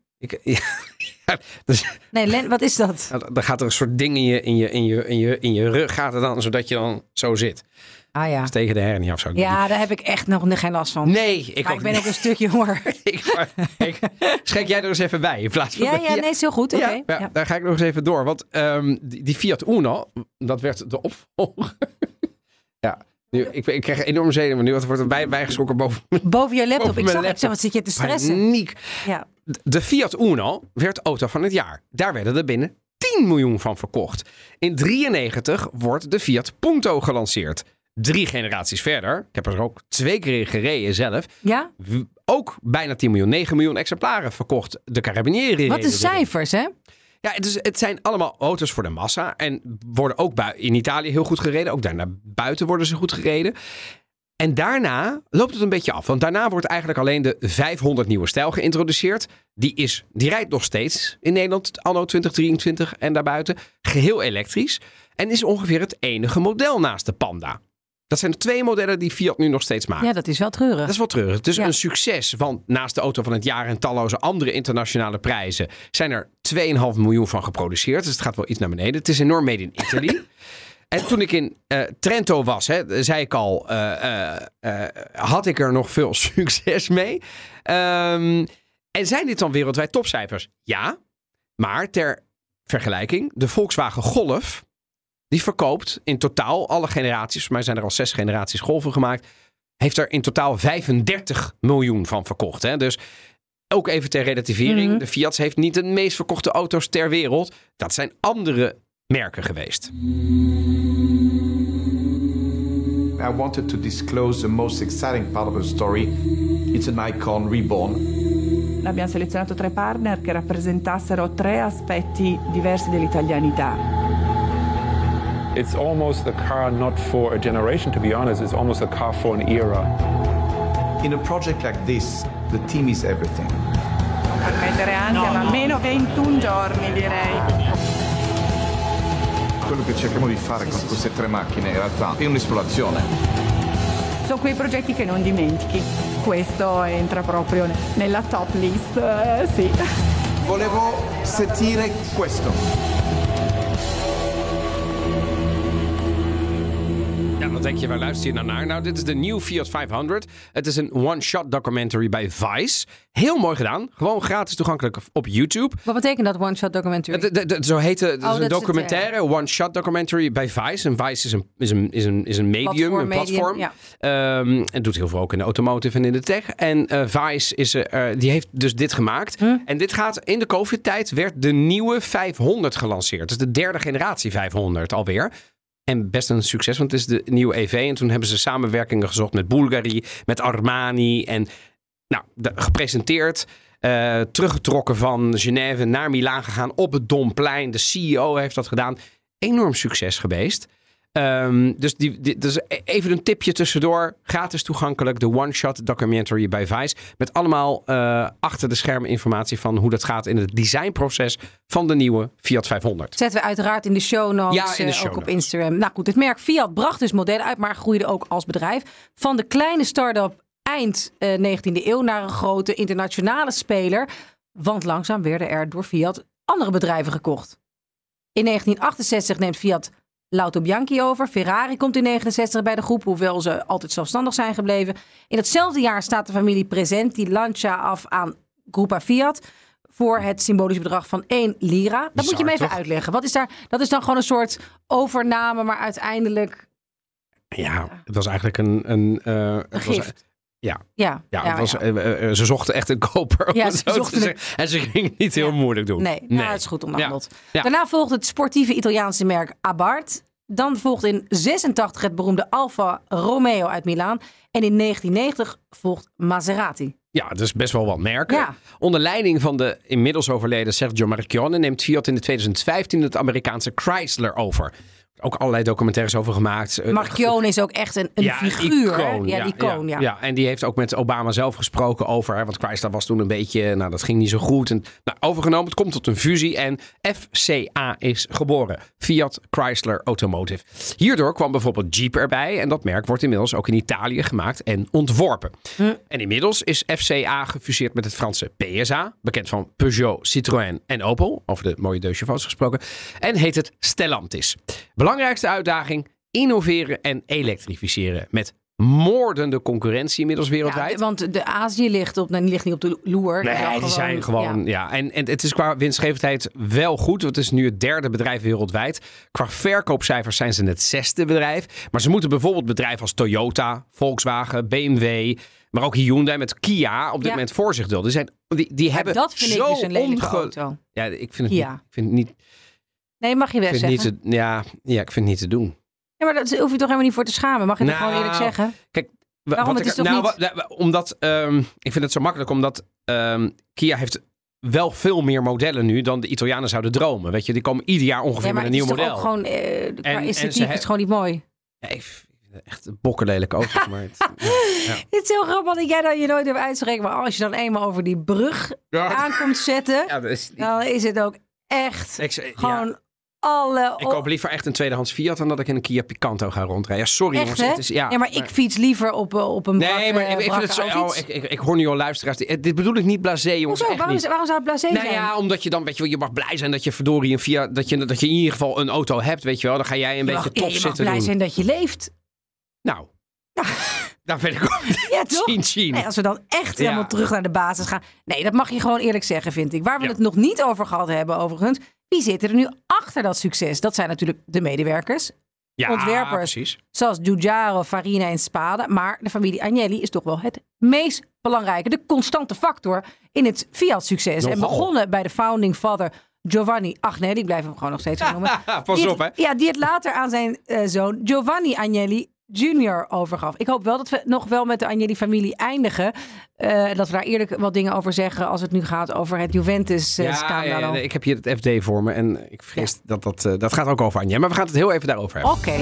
Nee, wat is dat? Dan gaat er een soort ding in je rug, gaat er dan, zodat je dan zo zit. Ah ja. Dus tegen de hernia of zo. Ja, daar heb ik echt nog geen last van. Nee, ik ben ook een stuk jonger. Schenk jij er eens even bij in plaats van... Nee, is heel goed. Okay. Ja, daar ga ik nog eens even door. Want die Fiat Uno, dat werd de opvolger. Ja. Nu, ik krijg enorm zenuwen nu. Wat wordt er bijgeschrokken boven je laptop? Ik zeg, wat zit je te stressen? Paniek. Ja. De Fiat Uno werd auto van het jaar. Daar werden er binnen 10 miljoen van verkocht. In 1993 wordt de Fiat Punto gelanceerd. 3 generaties verder. Ik heb er ook 2 keer in gereden zelf. Ja? Ook bijna 10 miljoen. 9 miljoen exemplaren verkocht de Carabinieri. Wat een cijfers, hè? Ja, het zijn allemaal auto's voor de massa. En worden ook in Italië heel goed gereden. Ook daarna buiten worden ze goed gereden. En daarna loopt het een beetje af. Want daarna wordt eigenlijk alleen de 500 nieuwe stijl geïntroduceerd. Die rijdt nog steeds in Nederland anno 2023 en daarbuiten. Geheel elektrisch. En is ongeveer het enige model naast de Panda. Dat zijn de 2 modellen die Fiat nu nog steeds maakt. Ja, dat is wel treurig. Dat is wel treurig. Dus een succes. Want naast de auto van het jaar en talloze andere internationale prijzen... zijn er 2,5 miljoen van geproduceerd. Dus het gaat wel iets naar beneden. Het is enorm made in Italy. En toen ik in Trento was, zei ik al... had ik er nog veel succes mee. En zijn dit dan wereldwijd topcijfers? Ja. Maar ter vergelijking, de Volkswagen Golf... die verkoopt in totaal alle generaties... voor mij zijn er al 6 generaties Golfen gemaakt... heeft er in totaal 35 miljoen van verkocht. Hè? Dus ook even ter relativering. Mm-hmm. De Fiat heeft niet de meest verkochte auto's ter wereld. Dat zijn andere merken geweest. I wanted to disclose the most exciting part of the story. It's an icon reborn. Abbiamo selezionato 3 partner che rappresentassero 3 aspetti diversi dell'italianità. It's almost a car not for a generation, to be honest. It's almost a car for an era. In a project like this, the team is everything. Per mettere ansia, ma meno 21 giorni direi. Quello che cerchiamo di fare con queste 3 macchine in realtà è un'esplorazione. Sono quei progetti che non dimentichi. Questo entra proprio nella top list, sì. Volevo sentire questo. Wat denk je, waar luister je naar? Nou, dit is de nieuwe Fiat 500. Het is een one-shot documentary bij Vice. Heel mooi gedaan. Gewoon gratis toegankelijk op YouTube. Wat betekent dat one-shot documentary? Zo heet het. Het is een documentaire, one-shot documentary bij Vice. En Vice is een medium, een platform. Ja. Het doet heel veel ook in de automotive en in de tech. En Vice die heeft dus dit gemaakt. En dit gaat in de COVID-tijd werd de nieuwe 500 gelanceerd. Dus de 3e generatie 500 alweer. En best een succes, want het is de nieuwe EV. En toen hebben ze samenwerkingen gezocht met Bulgari, met Armani. En gepresenteerd, teruggetrokken van Genève naar Milaan gegaan op het Domplein. De CEO heeft dat gedaan. Enorm succes geweest. Dus even een tipje tussendoor. Gratis toegankelijk. De one-shot documentary bij Vice. Met allemaal achter de schermen informatie van hoe dat gaat in het designproces van de nieuwe Fiat 500. Zetten we uiteraard in de show notes. Ja, in de show ook op notes. Instagram. Nou goed, het merk Fiat bracht dus modellen uit, maar groeide ook als bedrijf. Van de kleine start-up eind 19e eeuw naar een grote internationale speler. Want langzaam werden er door Fiat andere bedrijven gekocht. In 1968 neemt Fiat L'Auto Bianchi over. Ferrari komt in 1969 bij de groep, hoewel ze altijd zelfstandig zijn gebleven. In hetzelfde jaar staat de familie Presenti Lancia af aan Gruppa Fiat voor het symbolische bedrag van 1 lira. Dat moet je me even uitleggen. Wat is daar? Dat is dan gewoon een soort overname, maar uiteindelijk... Ja, het was eigenlijk een gift. Ze zochten echt een koper. Ja, ze zochten en ze gingen het niet heel moeilijk doen. Nee, het is goed onderhandeld. Ja. Daarna volgt het sportieve Italiaanse merk Abarth. Dan volgt in 86 het beroemde Alfa Romeo uit Milaan. En in 1990 volgt Maserati. Ja, dus best wel wat merken. Ja. Onder leiding van de inmiddels overleden Sergio Marchionne neemt Fiat in de 2015 het Amerikaanse Chrysler over. Ook allerlei documentaires over gemaakt. Marchionne is ook echt een figuur. Icoon. Ja, en die heeft ook met Obama zelf gesproken over. Want Chrysler was toen een beetje... dat ging niet zo goed. En, overgenomen. Het komt tot een fusie. En FCA is geboren. Fiat Chrysler Automotive. Hierdoor kwam bijvoorbeeld Jeep erbij. En dat merk wordt inmiddels ook in Italië gemaakt en ontworpen. En inmiddels is FCA gefuseerd met het Franse PSA. Bekend van Peugeot, Citroën en Opel. Over de mooie deux chevaux gesproken. En heet het Stellantis. Belangrijkste uitdaging, innoveren en elektrificeren. Met moordende concurrentie inmiddels wereldwijd. Ja, want de Azië ligt niet op de loer. Nee, die zijn gewoon... Ja. En het is qua winstgevendheid wel goed. Want het is nu het 3e bedrijf wereldwijd. Qua verkoopcijfers zijn ze het 6e bedrijf. Maar ze moeten bijvoorbeeld bedrijven als Toyota, Volkswagen, BMW... maar ook Hyundai met Kia op dit moment voor zich dulden. Die hebben dat vind ik dus een lelijke auto. Ja, ik vind het niet... Nee, mag je wel zeggen. Ik vind het niet te doen. Ja, maar daar hoef je toch helemaal niet voor te schamen. Mag je dat gewoon eerlijk zeggen? Kijk, omdat ik vind het zo makkelijk, omdat Kia heeft wel veel meer modellen nu dan de Italianen zouden dromen. Weet je, die komen ieder jaar ongeveer met een nieuw model. Ook gewoon, qua esthetiek is het gewoon niet mooi. Ja, ik vind het echt een bokkenlelijk auto. Maar Het is heel grappig dat jij dat je nooit hebt uitspreken. Maar als je dan eenmaal over die brug aankomt zetten, dan is het ook echt gewoon alle... Ik koop liever echt een tweedehands Fiat dan dat ik in een Kia Picanto ga rondrijden. Ja, sorry echt, jongens. Het is, maar ik fiets liever op een nee, maar ik vind het zo... Ik hoor nu al luisteraars. Dit bedoel ik niet blasé, jongens. Hoezo? Waarom zou het blasé zijn? Ja, omdat je dan, weet je wel, je mag blij zijn dat je verdorie een Fiat... Dat je in ieder geval een auto hebt, weet je wel. Dan ga jij een beetje tof zitten doen. Je mag blij zijn dat je leeft. Nou... Daar vind ik ook Nee, als we dan echt helemaal terug naar de basis gaan. Nee, dat mag je gewoon eerlijk zeggen, vind ik. Waar we het nog niet over gehad hebben, overigens. Wie zitten er nu achter dat succes? Dat zijn natuurlijk de medewerkers. Ontwerpers, precies. Zoals Giugiaro, Farina en Spada. Maar de familie Agnelli is toch wel het meest belangrijke. De constante factor in het Fiat-succes. En begonnen bij de founding father Giovanni Agnelli. Ik blijf hem gewoon nog steeds zo noemen. Pas op, hè. Ja, die het later aan zijn zoon Giovanni Agnelli Junior overgaf. Ik hoop wel dat we nog wel met de Agnelli-familie eindigen. Dat we daar eerlijk wat dingen over zeggen als het nu gaat over het Juventus-scandalo. Ik heb hier het FD voor me en ik vrees dat gaat ook over Agnelli. Maar we gaan het heel even daarover hebben. Oké.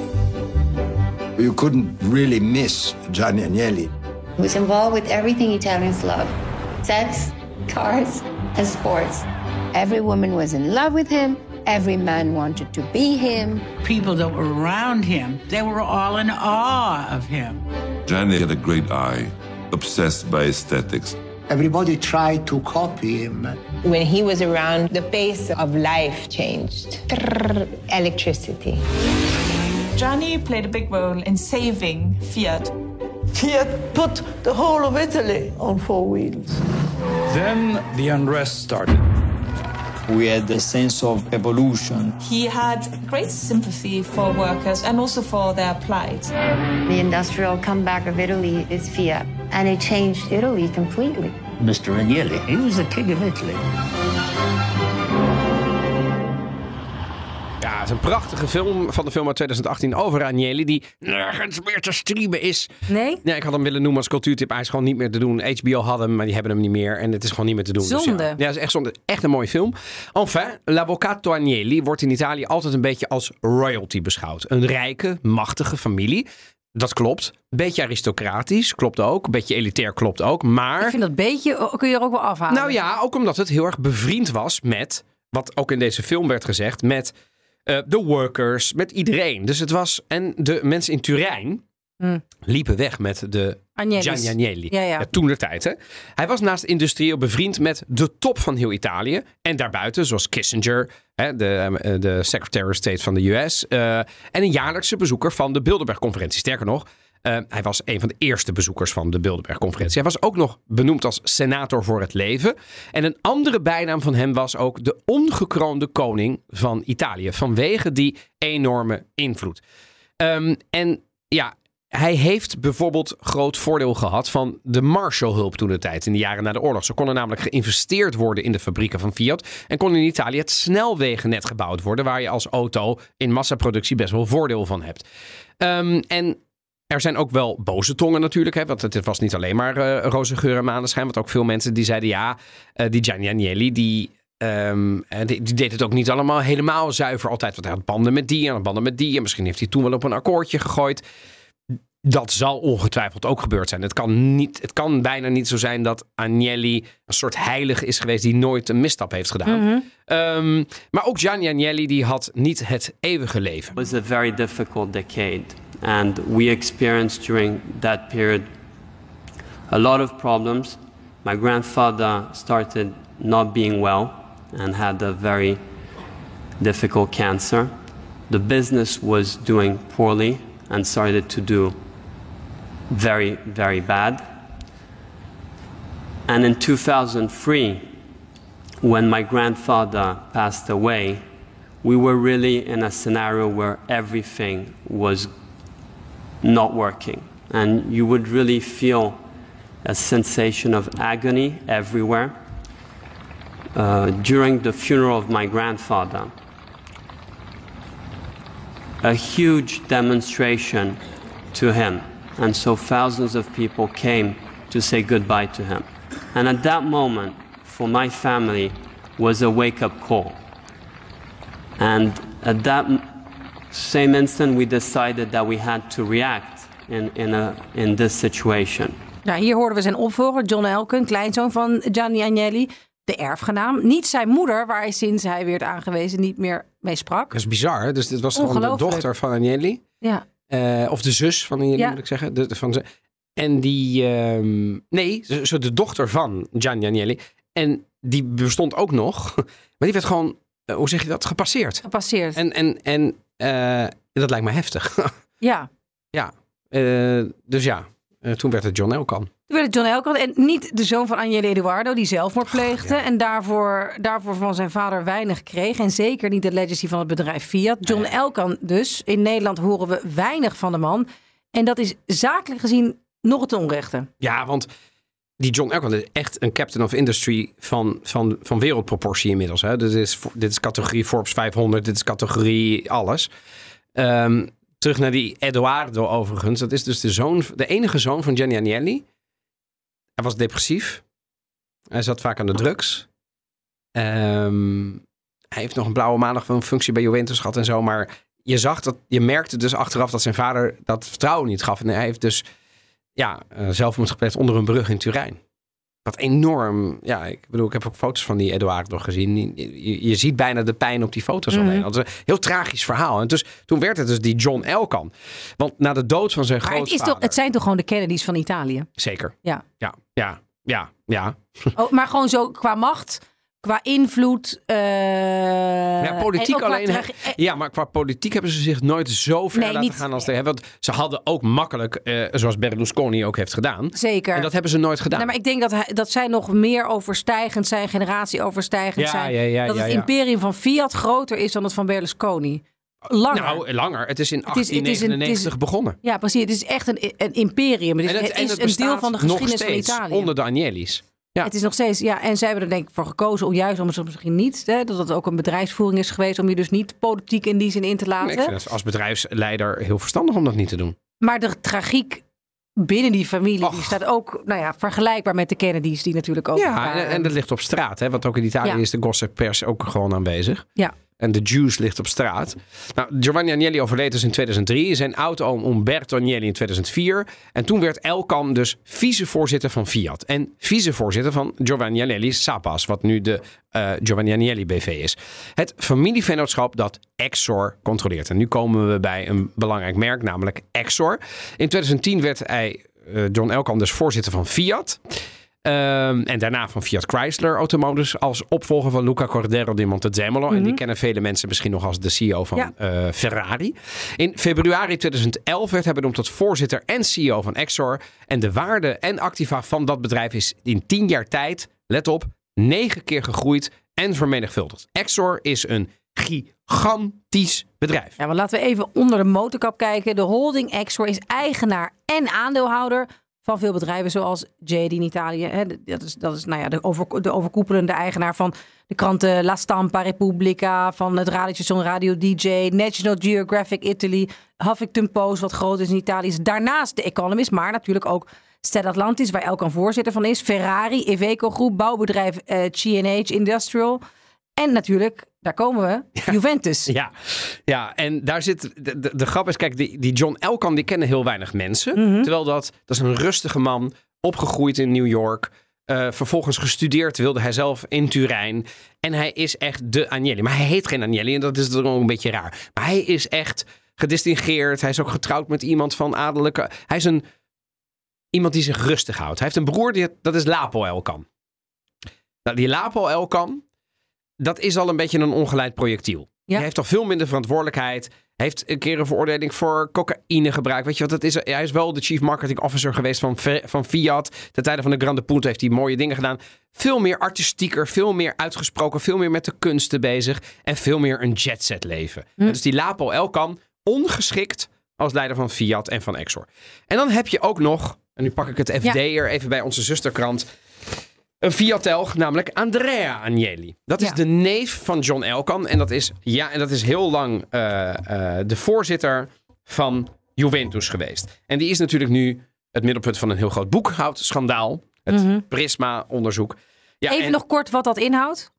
You couldn't really miss Gianni Agnelli. He was involved with everything Italians love. Sex, cars and sports. Every woman was in love with him. Every man wanted to be him. People that were around him, they were all in awe of him. Gianni had a great eye, obsessed by aesthetics. Everybody tried to copy him. When he was around, the pace of life changed. Electricity. Gianni played a big role in saving Fiat. Fiat put the whole of Italy on four wheels. Then the unrest started. We had a sense of evolution. He had great sympathy for workers and also for their plight. The industrial comeback of Italy is Fiat, and it changed Italy completely. Mr. Agnelli, he was the king of Italy. Ja, het is een prachtige film van de film uit 2018 over Agnelli, die nergens meer te streamen is. Nee? Ja, ik had hem willen noemen als cultuurtip. Hij is gewoon niet meer te doen. HBO had hem, maar die hebben hem niet meer. En het is gewoon niet meer te doen. Zonde. Dus ja, het is echt zonde. Echt een mooie film. Enfin, L'Avvocato Agnelli wordt in Italië altijd een beetje als royalty beschouwd. Een rijke, machtige familie. Dat klopt. Beetje aristocratisch, klopt ook. Beetje elitair, klopt ook. Maar... Ik vind dat beetje, kun je er ook wel afhalen. Nou ja, ook omdat het heel erg bevriend was met, wat ook in deze film werd gezegd, met de workers, met iedereen. Dus het was, en de mensen in Turijn liepen weg met de Gianni Agnelli. Ja. Toentertijd, hè. Hij was naast industrieel bevriend met de top van heel Italië. En daarbuiten, zoals Kissinger, hè, de Secretary of State van de US. En een jaarlijkse bezoeker van de Bilderberg-conferentie. Sterker nog, hij was een van de eerste bezoekers van de Bilderberg-conferentie. Hij was ook nog benoemd als senator voor het leven. En een andere bijnaam van hem was ook de ongekroonde koning van Italië. Vanwege die enorme invloed. En ja, hij heeft bijvoorbeeld groot voordeel gehad van de Marshallhulp toen de tijd, in de jaren na de oorlog. Zo kon er namelijk geïnvesteerd worden in de fabrieken van Fiat. En kon in Italië het snelwegennet gebouwd worden, waar je als auto in massaproductie best wel voordeel van hebt. En er zijn ook wel boze tongen natuurlijk, hè, want het was niet alleen maar roze geur en maneschijn. Want ook veel mensen die zeiden, die Gianni Agnelli, die deed het ook niet allemaal helemaal zuiver altijd. Want hij had banden met die en banden met die. En misschien heeft hij toen wel op een akkoordje gegooid. Dat zal ongetwijfeld ook gebeurd zijn. Het kan bijna niet zo zijn dat Agnelli een soort heilige is geweest die nooit een misstap heeft gedaan. Maar ook Gianni Agnelli die had niet het eeuwige leven. It was a very difficult decade. And we experienced during that period a lot of problems. My grandfather started not being well and had a very difficult cancer. The business was doing poorly and started to do very, very bad. And in 2003, when my grandfather passed away, we were really in a scenario where everything was not working. And you would really feel a sensation of agony everywhere. During the funeral of my grandfather, a huge demonstration to him. And so thousands of people came to say goodbye to him. And at that moment, for my family, was a wake-up call. And at that same instant, we decided that we had to react in this situation. Nou, hier hoorden we zijn opvolger, John Elkann, kleinzoon van Gianni Agnelli. De erfgenaam. Niet zijn moeder, waar hij sinds hij werd aangewezen niet meer mee sprak. Dat is bizar, hè? Dus dit was gewoon de dochter van Agnelli. Ja. Of de zus van Agnelli, moet ik zeggen. En die... zo de dochter van Gianni Agnelli. En die bestond ook nog. Maar die werd gewoon, hoe zeg je dat, gepasseerd. Gepasseerd. En dat lijkt me heftig. Ja. Ja. Dus ja, toen werd het John Elkann. Toen werd het John Elkann en niet de zoon van Agnelli Eduardo, die zelfmoord pleegde. En daarvoor van zijn vader weinig kreeg. En zeker niet de legacy van het bedrijf Fiat. John Elkann dus. In Nederland horen we weinig van de man. En dat is zakelijk gezien nog het onrechte. Ja, want die John Elkann is echt een captain of industry van wereldproportie inmiddels. Hè? Dit is categorie Forbes 500, dit is categorie alles. Terug naar die Eduardo overigens. Dat is dus de enige zoon van Gianni Agnelli. Hij was depressief. Hij zat vaak aan de drugs. Hij heeft nog een blauwe maandag van een functie bij Juventus gehad en zo. Maar je merkte dus achteraf dat zijn vader dat vertrouwen niet gaf. En hij heeft dus zelfmoord gepleegd onder een brug in Turijn. Wat enorm... Ja, ik heb ook foto's van die Eduardo gezien. Je ziet bijna de pijn op die foto's alleen. Dat is een heel tragisch verhaal. En dus toen werd het dus die John Elkann. Want na de dood van zijn grootvader... Het zijn toch gewoon de Kennedys van Italië? Zeker. Ja. Ja. Oh, maar gewoon zo qua macht... Qua invloed. Politiek alleen. Maar qua politiek hebben ze zich nooit zo ver laten gaan als ze hebben. Want ze hadden ook makkelijk, zoals Berlusconi ook heeft gedaan. Zeker. En dat hebben ze nooit gedaan. Nee, maar ik denk dat zij nog meer overstijgend zijn, generatie overstijgend zijn. Dat het imperium van Fiat groter is dan het van Berlusconi. Langer. Nou, langer. Het is in 1899 begonnen. Ja, precies. Het is echt een imperium. Het is een deel van de geschiedenis van Italië. Onder de Agnelli's. Ja. Het is nog steeds, en zij hebben er denk ik voor gekozen om het misschien niet, dat het ook een bedrijfsvoering is geweest, om je dus niet politiek in die zin in te laten. Nee, ik vind het als bedrijfsleider heel verstandig om dat niet te doen. Maar de tragiek binnen die familie, die staat ook vergelijkbaar met de Kennedys, die natuurlijk ook... en dat ligt op straat, hè? Want ook in Italië is de gossippers ook gewoon aanwezig. Ja. En de juice ligt op straat. Nou, Giovanni Agnelli overleed dus in 2003. Zijn oud-oom Umberto Agnelli in 2004. En toen werd Elkann dus vicevoorzitter van Fiat. En vicevoorzitter van Giovanni Agnelli Sapas. Wat nu de Giovanni Agnelli BV is. Het familievennootschap dat Exor controleert. En nu komen we bij een belangrijk merk, namelijk Exor. In 2010 werd John Elkann dus voorzitter van Fiat. En daarna van Fiat Chrysler Automobiles als opvolger van Luca Cordero di Montezemolo. En die kennen vele mensen misschien nog als de CEO van Ferrari. In februari 2011 werd hij benoemd tot voorzitter en CEO van Exor. En de waarde en activa van dat bedrijf is in 10 jaar tijd, let op, 9 keer gegroeid en vermenigvuldigd. Exor is een gigantisch bedrijf. Ja, maar laten we even onder de motorkap kijken. De holding Exor is eigenaar en aandeelhouder van veel bedrijven zoals JD in Italië. Hè, dat is de overkoepelende eigenaar van de kranten La Stampa, Repubblica, van het radiostation Radio DJ, National Geographic Italy, Huffington Post, wat groot is in Italië. Is daarnaast The Economist, maar natuurlijk ook Stella Atlantis, waar Elkann voorzitter van is, Ferrari, Iveco Groep, bouwbedrijf CNH Industrial en natuurlijk, daar komen we, Juventus. Ja, en daar zit de grap is, kijk, die John Elkann, die kennen heel weinig mensen. Terwijl dat is een rustige man, opgegroeid in New York. Vervolgens gestudeerd wilde hij zelf in Turijn. En hij is echt de Agnelli. Maar hij heet geen Agnelli en dat is dan ook een beetje raar. Maar hij is echt gedistingeerd. Hij is ook getrouwd met iemand van adellijke. Hij is iemand die zich rustig houdt. Hij heeft een broer, dat is Lapo Elkann. Nou, die Lapo Elkann, dat is al een beetje een ongeleid projectiel. Ja. Hij heeft al veel minder verantwoordelijkheid. Hij heeft een keer een veroordeling voor cocaïnegebruik. Weet je wat dat is? Hij is wel de chief marketing officer geweest van Fiat. Ten tijde van de Grande Punto heeft hij mooie dingen gedaan. Veel meer artistieker, veel meer uitgesproken, veel meer met de kunsten bezig. En veel meer een jetset leven. Dus die Lapo Elkann, ongeschikt als leider van Fiat en van Exor. En dan heb je ook nog, en nu pak ik het FD er even bij onze zusterkrant, een Fiat-telg, namelijk Andrea Agnelli. Dat is de neef van John Elkann. En dat is heel lang de voorzitter van Juventus geweest. En die is natuurlijk nu het middelpunt van een heel groot boekhoudschandaal. Het Prisma-onderzoek. Ja, even nog kort wat dat inhoudt.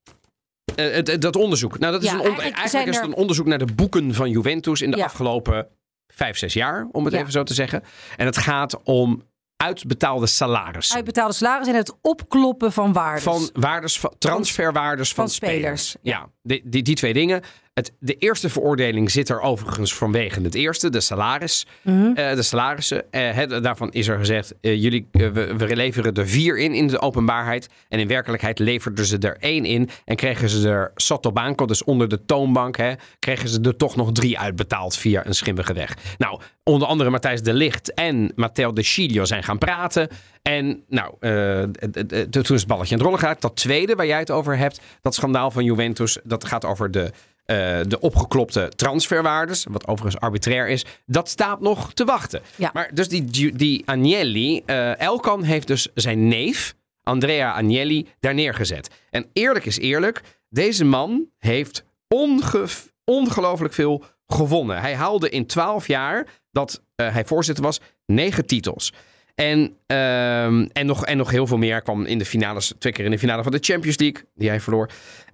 Dat onderzoek. Nou, dat is eigenlijk is het een onderzoek naar de boeken van Juventus in de afgelopen 5-6 jaar, om het even zo te zeggen. En het gaat om uitbetaalde salarissen. Uitbetaalde salarissen en het opkloppen van waardes. Van waardes, transferwaardes van spelers. Ja, die twee dingen. De eerste veroordeling zit er overigens vanwege het eerste, de salaris. De salarissen. Daarvan is er gezegd, we leveren er 4 in de openbaarheid. En in werkelijkheid leverden ze er 1 in. En kregen ze er sotto banco, dus onder de toonbank, kregen ze er toch nog 3 uitbetaald via een schimmige weg. Nou, onder andere Matthijs de Ligt en Matteo De Sciglio zijn gaan praten. En toen is het balletje aan het rollen geraakt. Dat tweede waar jij het over hebt, dat schandaal van Juventus, dat gaat over de opgeklopte transferwaardes, wat overigens arbitrair is, dat staat nog te wachten. Ja. Maar dus die Agnelli, Elkann heeft dus zijn neef, Andrea Agnelli, daar neergezet. En eerlijk is eerlijk, deze man heeft ongelooflijk veel gewonnen. Hij haalde in 12 jaar dat hij voorzitter was 9 titels. En nog heel veel meer. Hij kwam in de finales, 2 keer in de finale van de Champions League, die hij verloor.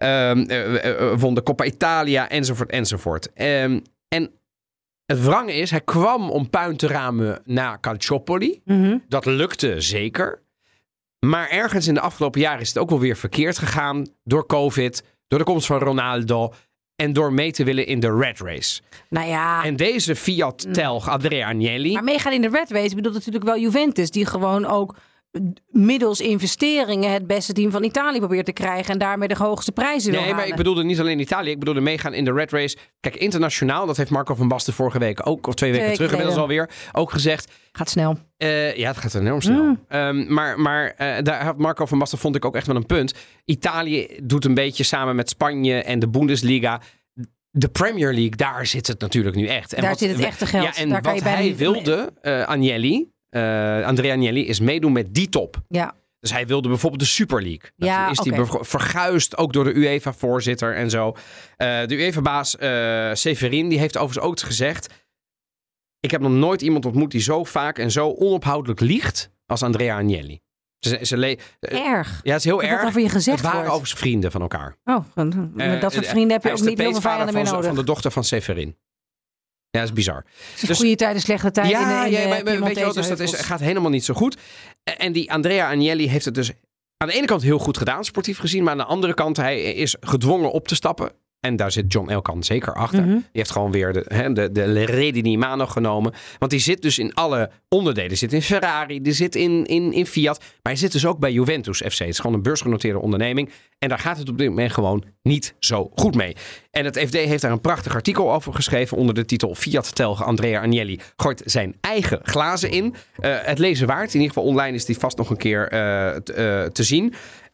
Won de Coppa Italia, enzovoort. En het wrange is, hij kwam om puin te ramen na Calciopoli. Dat lukte zeker. Maar ergens in de afgelopen jaren is het ook wel weer verkeerd gegaan. Door COVID, door de komst van Ronaldo en door mee te willen in de red race. Nou ja. En deze Fiat-telg, Andrea Agnelli. Maar meegaan in de red race bedoelt natuurlijk wel Juventus, die gewoon ook middels investeringen het beste team van Italië probeert te krijgen en daarmee de hoogste prijzen wil halen. Nee, maar ik bedoelde niet alleen Italië. Ik bedoelde meegaan in de red race. Kijk, internationaal, dat heeft Marco van Basten vorige week ook, of 2 weken terug inmiddels alweer, ook gezegd. Gaat snel. Ja, het gaat enorm snel. Maar daar had Marco van Basten, vond ik ook echt wel een punt. Italië doet een beetje samen met Spanje en de Bundesliga. De Premier League, daar zit het natuurlijk nu echt. En daar zit het echte geld. Ja, en daar wat hij wilde, Andrea Agnelli, is meedoen met die top. Ja. Dus hij wilde bijvoorbeeld de Super League. Ja, is hij verguisd, ook door de UEFA-voorzitter en zo. De UEFA-baas Severin, die heeft overigens ook gezegd... Ik heb nog nooit iemand ontmoet die zo vaak en zo onophoudelijk liegt als Andrea Agnelli. Erg. Ja, het is heel dat erg. Over je gezegd het waren overigens vrienden van elkaar. Met dat soort vrienden heb je ook niet heel veel vijanden meer nodig. Van de dochter van Severin. Ja, dat is bizar. Dus goede tijden, slechte tijden. Weet je wel, dus dat gaat helemaal niet zo goed. En die Andrea Agnelli heeft het dus aan de ene kant heel goed gedaan, sportief gezien. Maar aan de andere kant, hij is gedwongen op te stappen. En daar zit John Elkann zeker achter. Die heeft gewoon weer de reden in mano genomen. Want die zit dus in alle onderdelen. Die zit in Ferrari, die zit in Fiat. Maar hij zit dus ook bij Juventus FC. Het is gewoon een beursgenoteerde onderneming. En daar gaat het op dit moment gewoon niet zo goed mee. En het FD heeft daar een prachtig artikel over geschreven onder de titel Fiat-telger Andrea Agnelli gooit zijn eigen glazen in. Het lezen waard. In ieder geval online is die vast nog een keer te zien.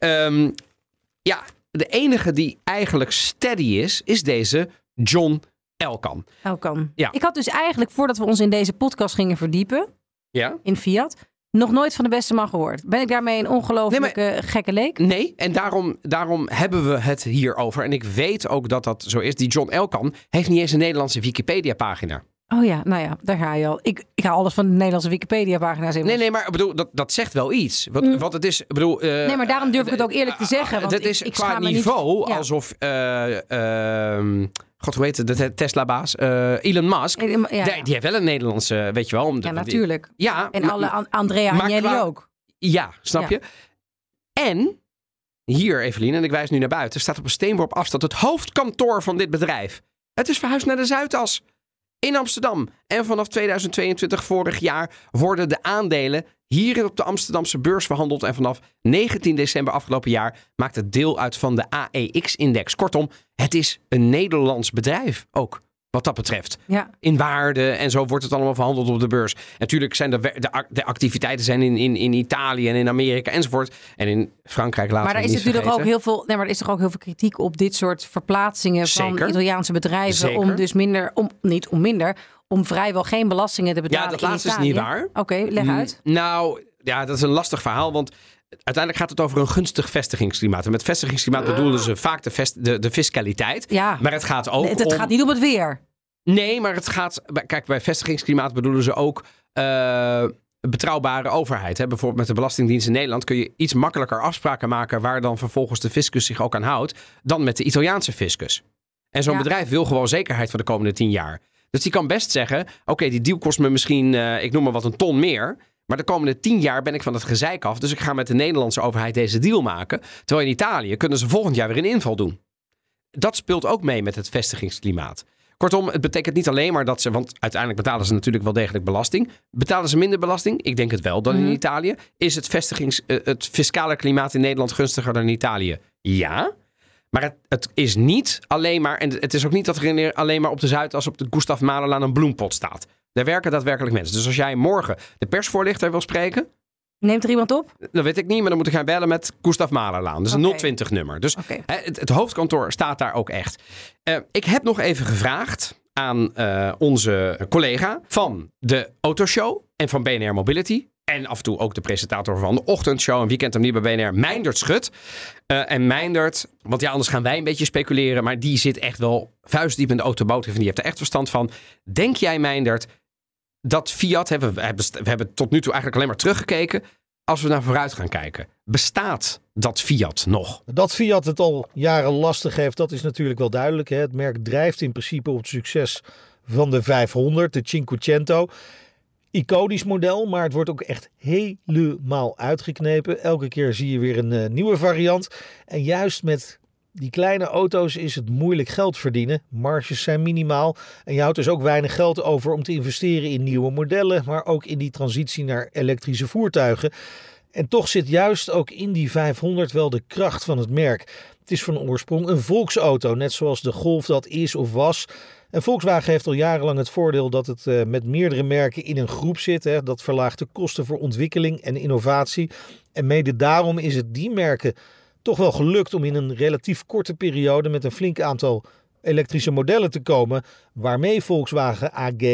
De enige die eigenlijk steady is deze John Elkann. Ja. Ik had dus eigenlijk, voordat we ons in deze podcast gingen verdiepen, in Fiat, nog nooit van de beste man gehoord. Ben ik daarmee een ongelooflijke gekke leek? Nee, en daarom hebben we het hier over. En ik weet ook dat dat zo is. Die John Elkann heeft niet eens een Nederlandse Wikipedia-pagina. Oh ja, nou ja, daar ga je al. Ik haal alles van de Nederlandse Wikipedia-pagina's in. Nee, maar ik bedoel, dat zegt wel iets. Wat het is, ik bedoel... nee, maar daarom durf ik het ook eerlijk te zeggen. Want dat is ik qua niveau alsof... God, hoe heet het? De Tesla-baas? Elon Musk. Die heeft wel een Nederlandse, weet je wel. Natuurlijk. Ja. En alle Andrea Agnelli ook. Ja, snap je? En hier, Evelien, en ik wijs nu naar buiten, staat op een steenworp afstand het hoofdkantoor van dit bedrijf. Het is verhuisd naar de Zuidas. In Amsterdam. En vanaf 2022, vorig jaar, worden de aandelen hier op de Amsterdamse beurs verhandeld. En vanaf 19 december afgelopen jaar maakt het deel uit van de AEX-index. Kortom, het is een Nederlands bedrijf ook. Wat dat betreft. Ja. In waarde en zo wordt het allemaal verhandeld op de beurs. Natuurlijk zijn de activiteiten zijn in Italië en in Amerika enzovoort. En in Frankrijk laten we niet vergeten. Maar er is toch ook heel veel kritiek op dit soort verplaatsingen van Italiaanse bedrijven. Zeker. Om dus om vrijwel geen belastingen te betalen. Ja, dat laatste is niet waar. Oké, leg uit. Nou, ja, dat is een lastig verhaal, want uiteindelijk gaat het over een gunstig vestigingsklimaat. En met vestigingsklimaat bedoelen ze vaak de fiscaliteit. Ja. Maar het gaat ook het gaat niet om het weer. Nee, maar het gaat... Kijk, bij vestigingsklimaat bedoelen ze ook betrouwbare overheid. Hè? Bijvoorbeeld met de Belastingdienst in Nederland kun je iets makkelijker afspraken maken waar dan vervolgens de fiscus zich ook aan houdt dan met de Italiaanse fiscus. En zo'n bedrijf wil gewoon zekerheid voor de komende 10 jaar. Dus die kan best zeggen, oké, die deal kost me misschien, ik noem maar wat, een ton meer. Maar de komende 10 jaar ben ik van het gezeik af. Dus ik ga met de Nederlandse overheid deze deal maken. Terwijl in Italië kunnen ze volgend jaar weer een inval doen. Dat speelt ook mee met het vestigingsklimaat. Kortom, het betekent niet alleen maar dat ze... Want uiteindelijk betalen ze natuurlijk wel degelijk belasting. Betalen ze minder belasting? Ik denk het wel dan in Italië. Is het fiscale klimaat in Nederland gunstiger dan in Italië? Ja. Maar het is niet alleen maar... En het is ook niet dat er alleen maar op de Zuidas op de Gustav Mahlerlaan een bloempot staat. Daar werken daadwerkelijk mensen. Dus als jij morgen de persvoorlichter wil spreken... Neemt er iemand op? Dat weet ik niet, maar dan moet ik gaan bellen met Gustav Mahlerlaan. Dus een 020-nummer. Dus het hoofdkantoor staat daar ook echt. Ik heb nog even gevraagd aan onze collega van de Autoshow en van BNR Mobility. En af en toe ook de presentator van de ochtendshow en Weekend Opnieuw bij BNR, Meindert Schut. En Meindert, want ja, anders gaan wij een beetje speculeren. Maar die zit echt wel vuistdiep in de automotive en die heeft er echt verstand van. Denk jij, Meindert, dat Fiat, we hebben tot nu toe eigenlijk alleen maar teruggekeken. Als we naar vooruit gaan kijken, bestaat dat Fiat nog? Dat Fiat het al jaren lastig heeft, dat is natuurlijk wel duidelijk. Hè? Het merk drijft in principe op het succes van de 500, de Cinquecento. Iconisch model, maar het wordt ook echt helemaal uitgeknepen. Elke keer zie je weer een nieuwe variant. En juist met die kleine auto's is het moeilijk geld verdienen. Marges zijn minimaal. En je houdt dus ook weinig geld over om te investeren in nieuwe modellen. Maar ook in die transitie naar elektrische voertuigen. En toch zit juist ook in die 500 wel de kracht van het merk. Het is van oorsprong een volksauto. Net zoals de Golf dat is of was. En Volkswagen heeft al jarenlang het voordeel dat het met meerdere merken in een groep zit. Hè. Dat verlaagt de kosten voor ontwikkeling en innovatie. En mede daarom is het die merken toch wel gelukt om in een relatief korte periode met een flink aantal elektrische modellen te komen, waarmee Volkswagen AG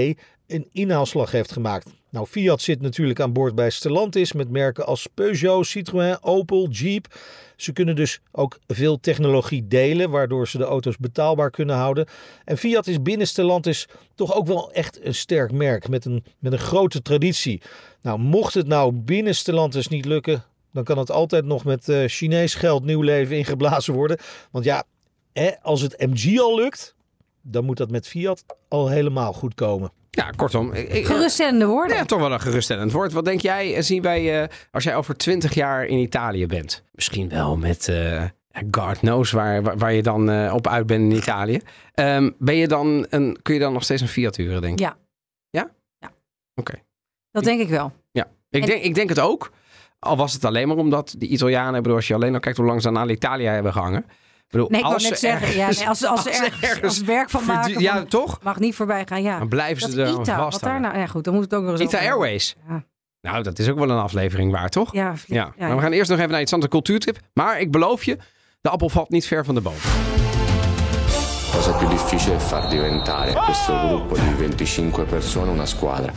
een inhaalslag heeft gemaakt. Nou, Fiat zit natuurlijk aan boord bij Stellantis met merken als Peugeot, Citroën, Opel, Jeep. Ze kunnen dus ook veel technologie delen, waardoor ze de auto's betaalbaar kunnen houden. En Fiat is binnen Stellantis toch ook wel echt een sterk merk met een grote traditie. Nou, mocht het nou binnen Stellantis niet lukken, dan kan het altijd nog met Chinees geld nieuw leven ingeblazen worden. Want ja, als het MG al lukt, dan moet dat met Fiat al helemaal goed komen. Ja, kortom. Geruststellende woorden. Ja, toch wel een geruststellend woord. Wat denk jij, zien wij, als jij over 20 jaar in Italië bent? Misschien wel met God knows waar je dan op uit bent in Italië. Kun je dan nog steeds een Fiat huren, denk je? Ja. Ja? Ja. Oké. Dat denk ik wel. Ja, ik denk het ook. Al was het alleen maar omdat de Italianen, als je alleen al kijkt hoe lang ze aan Alitalia hebben gehangen. Ik wou net zeggen, als ze ergens werk van maken. Ja, toch? Mag niet voorbij gaan, ja. Dan blijven ze er ITA, vast. wat daar nou? Ja, goed, dan moet het ook nog eens ITA over. Airways. Ja. Nou, dat is ook wel een aflevering waar, toch? Ja. Maar we gaan eerst nog even naar iets anders, cultuurtip. Maar ik beloof je, de appel valt niet ver van de boom. Cosa più difficile è far diventare questo gruppo di 25 persone una squadra.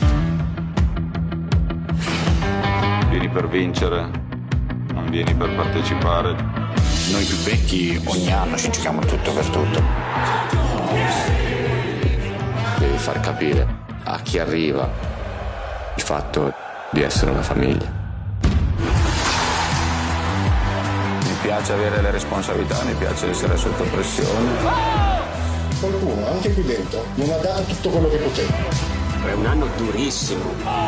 Vieni per vincere, non vieni per partecipare. Noi più vecchi ogni anno ci giochiamo tutto per tutto. Devi far capire a chi arriva il fatto di essere una famiglia. Mi piace avere le responsabilità, mi piace essere sotto pressione. Qualcuno, anche qui dentro, non ha dato tutto quello che poteva. È un anno durissimo.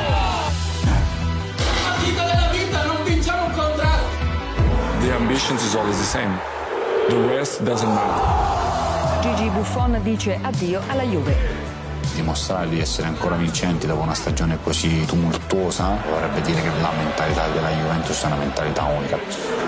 Della vita non vinciamo un contratto. The ambitions is always the same. The rest doesn't matter. Gigi Buffon dice addio alla Juve. Dimostrare di essere ancora vincenti dopo una stagione così tumultuosa vorrebbe dire che la mentalità della Juventus è una mentalità unica.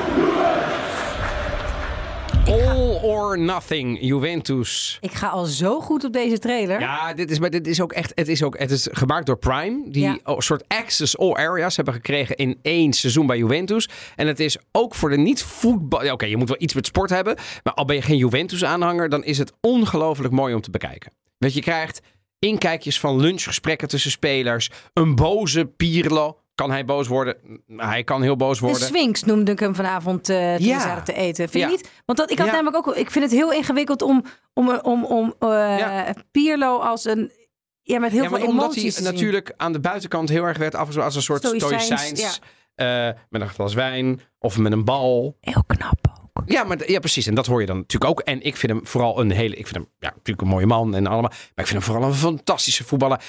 All or nothing, Juventus. Ik ga al zo goed op deze trailer. Ja, dit is ook echt. Het is gemaakt door Prime. Die een soort access all areas hebben gekregen in 1 seizoen bij Juventus. En het is ook voor de niet-voetbal. Oké, je moet wel iets met sport hebben. Maar al ben je geen Juventus-aanhanger, dan is het ongelooflijk mooi om te bekijken. Want je krijgt inkijkjes van lunchgesprekken tussen spelers. Een boze Pirlo. Kan hij boos worden? Hij kan heel boos worden. De Sphinx noemde ik hem vanavond toen we zaten te eten. Vind je niet? Want ik had namelijk ook... Ik vind het heel ingewikkeld om Pirlo als een... Ja, met heel veel emoties omdat hij te zien. natuurlijk aan de buitenkant heel erg werd afgezet als een soort stoïcijns. Met een glas wijn of met een bal. Heel knap ook. Ja, precies. En dat hoor je dan natuurlijk ook. En ik vind hem vooral natuurlijk een mooie man en allemaal. Maar ik vind hem vooral een fantastische voetballer.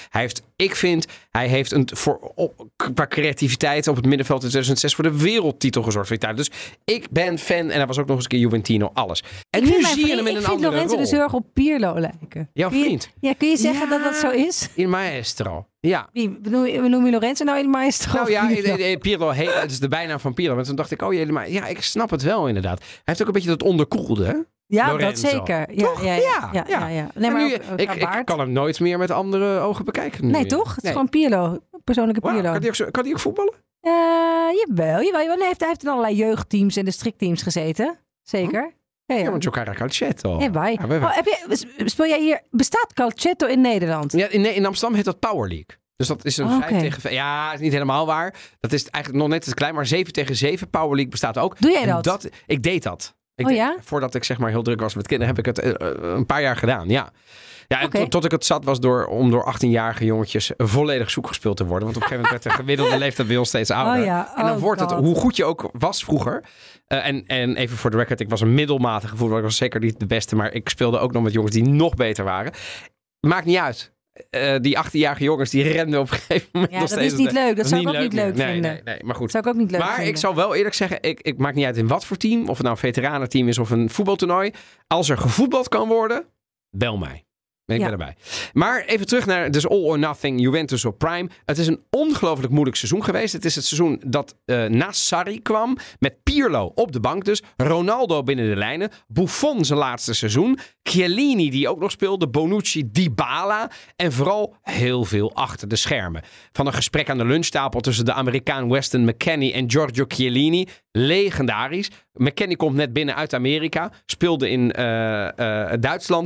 Hij heeft qua creativiteit op het middenveld in 2006 voor de wereldtitel gezorgd voor Italië. Dus ik ben fan en hij was ook nog eens een keer Juventino, alles. En nu zie je hem in een andere rol. Ik vind Lorenzo dus heel erg op Pirlo lijken. Jouw vriend? Kun je zeggen dat dat zo is? Il Maestro. Ja. Wie noem je Lorenzo nou Il Maestro? Nou ja, Pirlo, het is de bijnaam van Pirlo. Want toen dacht ik, ik snap het wel inderdaad. Hij heeft ook een beetje dat onderkoelde, hè? Ja, Lorenzo. dat zeker. Ja. Nee, maar ik kan hem nooit meer met andere ogen bekijken. Nu. Nee, toch? Het is gewoon Pirlo. Persoonlijke Pirlo. Kan hij ook voetballen? Jawel. Hij heeft in allerlei jeugdteams en districtteams gezeten. Zeker. Ja, want giocare a calcetto. Speel jij hier... Bestaat calcetto in Nederland? Ja, in Amsterdam heet dat Power League. Dus dat is een 5 tegen 5. Ja, is niet helemaal waar. Dat is eigenlijk nog net te klein. Maar 7 tegen 7 Power League bestaat ook. Doe jij dat? Ik deed dat. Voordat ik zeg maar heel druk was met kinderen, heb ik het een paar jaar gedaan. Ja. Ja, tot ik het zat was om door 18-jarige jongetjes volledig zoek gespeeld te worden. Want op een gegeven moment werd de gemiddelde leeftijd bij ons steeds ouder. En dan wordt het, hoe goed je ook was vroeger. En even voor de record, ik was een middelmatige voetballer. Ik was zeker niet de beste, maar ik speelde ook nog met jongens die nog beter waren. Maakt niet uit. Die 18-jarige jongens die renden op een gegeven moment nog steeds. Dat is niet leuk. Dat zou ik ook niet leuk vinden. Nee, maar goed. Zou ik ook niet leuk vinden. Maar ik zou wel eerlijk zeggen, ik maak niet uit in wat voor team. Of het nou een veteranenteam is of een voetbaltoernooi. Als er gevoetbald kan worden, bel mij. Ik ben erbij. Maar even terug naar dus All or Nothing, Juventus op Prime. Het is een ongelooflijk moeilijk seizoen geweest. Het is het seizoen dat na Sarri kwam. Met Pirlo op de bank dus. Ronaldo binnen de lijnen. Buffon zijn laatste seizoen. Chiellini die ook nog speelde. Bonucci, Dybala. En vooral heel veel achter de schermen. Van een gesprek aan de lunchtafel tussen de Amerikaan Weston McKennie en Giorgio Chiellini. Legendarisch. McKennie komt net binnen uit Amerika. Speelde in Duitsland.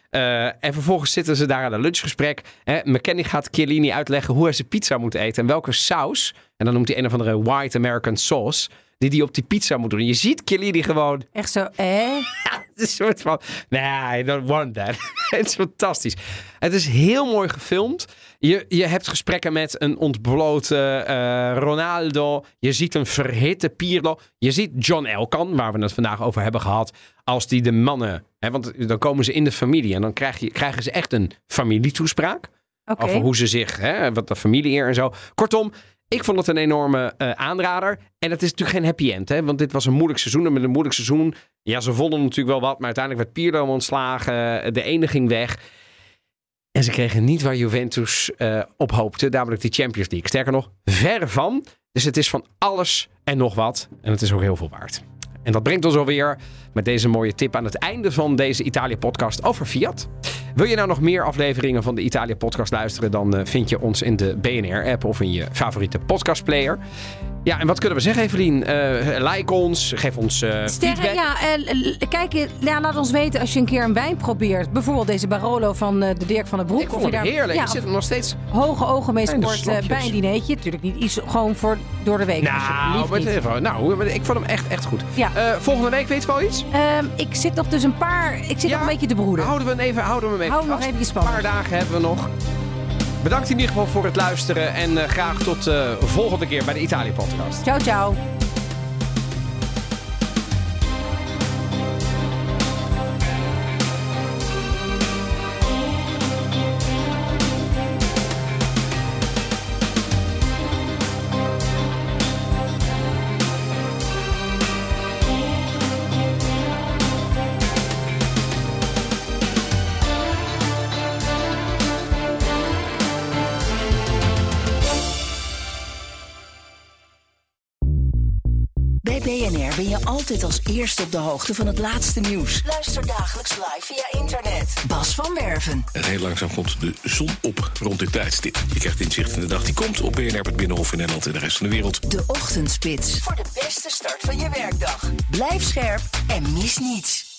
En vervolgens zitten ze daar aan een lunchgesprek. McKenny gaat Chiellini uitleggen hoe hij zijn pizza moet eten. En welke saus, en dan noemt hij een of andere white American sauce, die op die pizza moet doen. Je ziet Chiellini gewoon... Echt zo, Het is een soort van... Nee, I don't want that. Het is fantastisch. Het is heel mooi gefilmd. Je hebt gesprekken met een ontblote Ronaldo. Je ziet een verhitte Pirlo. Je ziet John Elkann, waar we het vandaag over hebben gehad. Als die de mannen... want dan komen ze in de familie. En dan krijgen ze echt een familietoespraak. Okay. Over hoe ze zich... wat de familie en zo. Kortom... Ik vond het een enorme aanrader. En het is natuurlijk geen happy end. Hè? Want dit was een moeilijk seizoen. En met een moeilijk seizoen... Ja, ze vonden natuurlijk wel wat. Maar uiteindelijk werd Pirlo ontslagen. De ene ging weg. En ze kregen niet waar Juventus op hoopte. Namelijk die Champions League. Sterker nog, ver van. Dus het is van alles en nog wat. En het is ook heel veel waard. En dat brengt ons alweer met deze mooie tip aan het einde van deze Italië-podcast over Fiat. Wil je nou nog meer afleveringen van de Italië-podcast luisteren? Dan vind je ons in de BNR-app of in je favoriete podcastplayer. Ja, en wat kunnen we zeggen, Evelien? Like ons, geef ons feedback. Ja, kijk, laat ons weten als je een keer een wijn probeert. Bijvoorbeeld deze Barolo van de Dirk van den Broek. Ik vond het heerlijk. Je zit er nog steeds... Hoge ogen mee sport bij een dinertje. Natuurlijk niet iets gewoon voor door de week. Nou, ik vond hem echt goed. Ja. Volgende week weten we al iets? Ik zit nog dus een beetje te broeden. Houden we hem even nog even spannend. Een paar dagen hebben we nog. Bedankt in ieder geval voor het luisteren. En graag tot de volgende keer bij de Italië-podcast. Ciao, ciao. BNR ben je altijd als eerste op de hoogte van het laatste nieuws. Luister dagelijks live via internet. Bas van Werven. En heel langzaam komt de zon op rond dit tijdstip. Je krijgt inzicht in de dag die komt op BNR, het Binnenhof in Nederland en de rest van de wereld. De Ochtendspits. Voor de beste start van je werkdag. Blijf scherp en mis niets.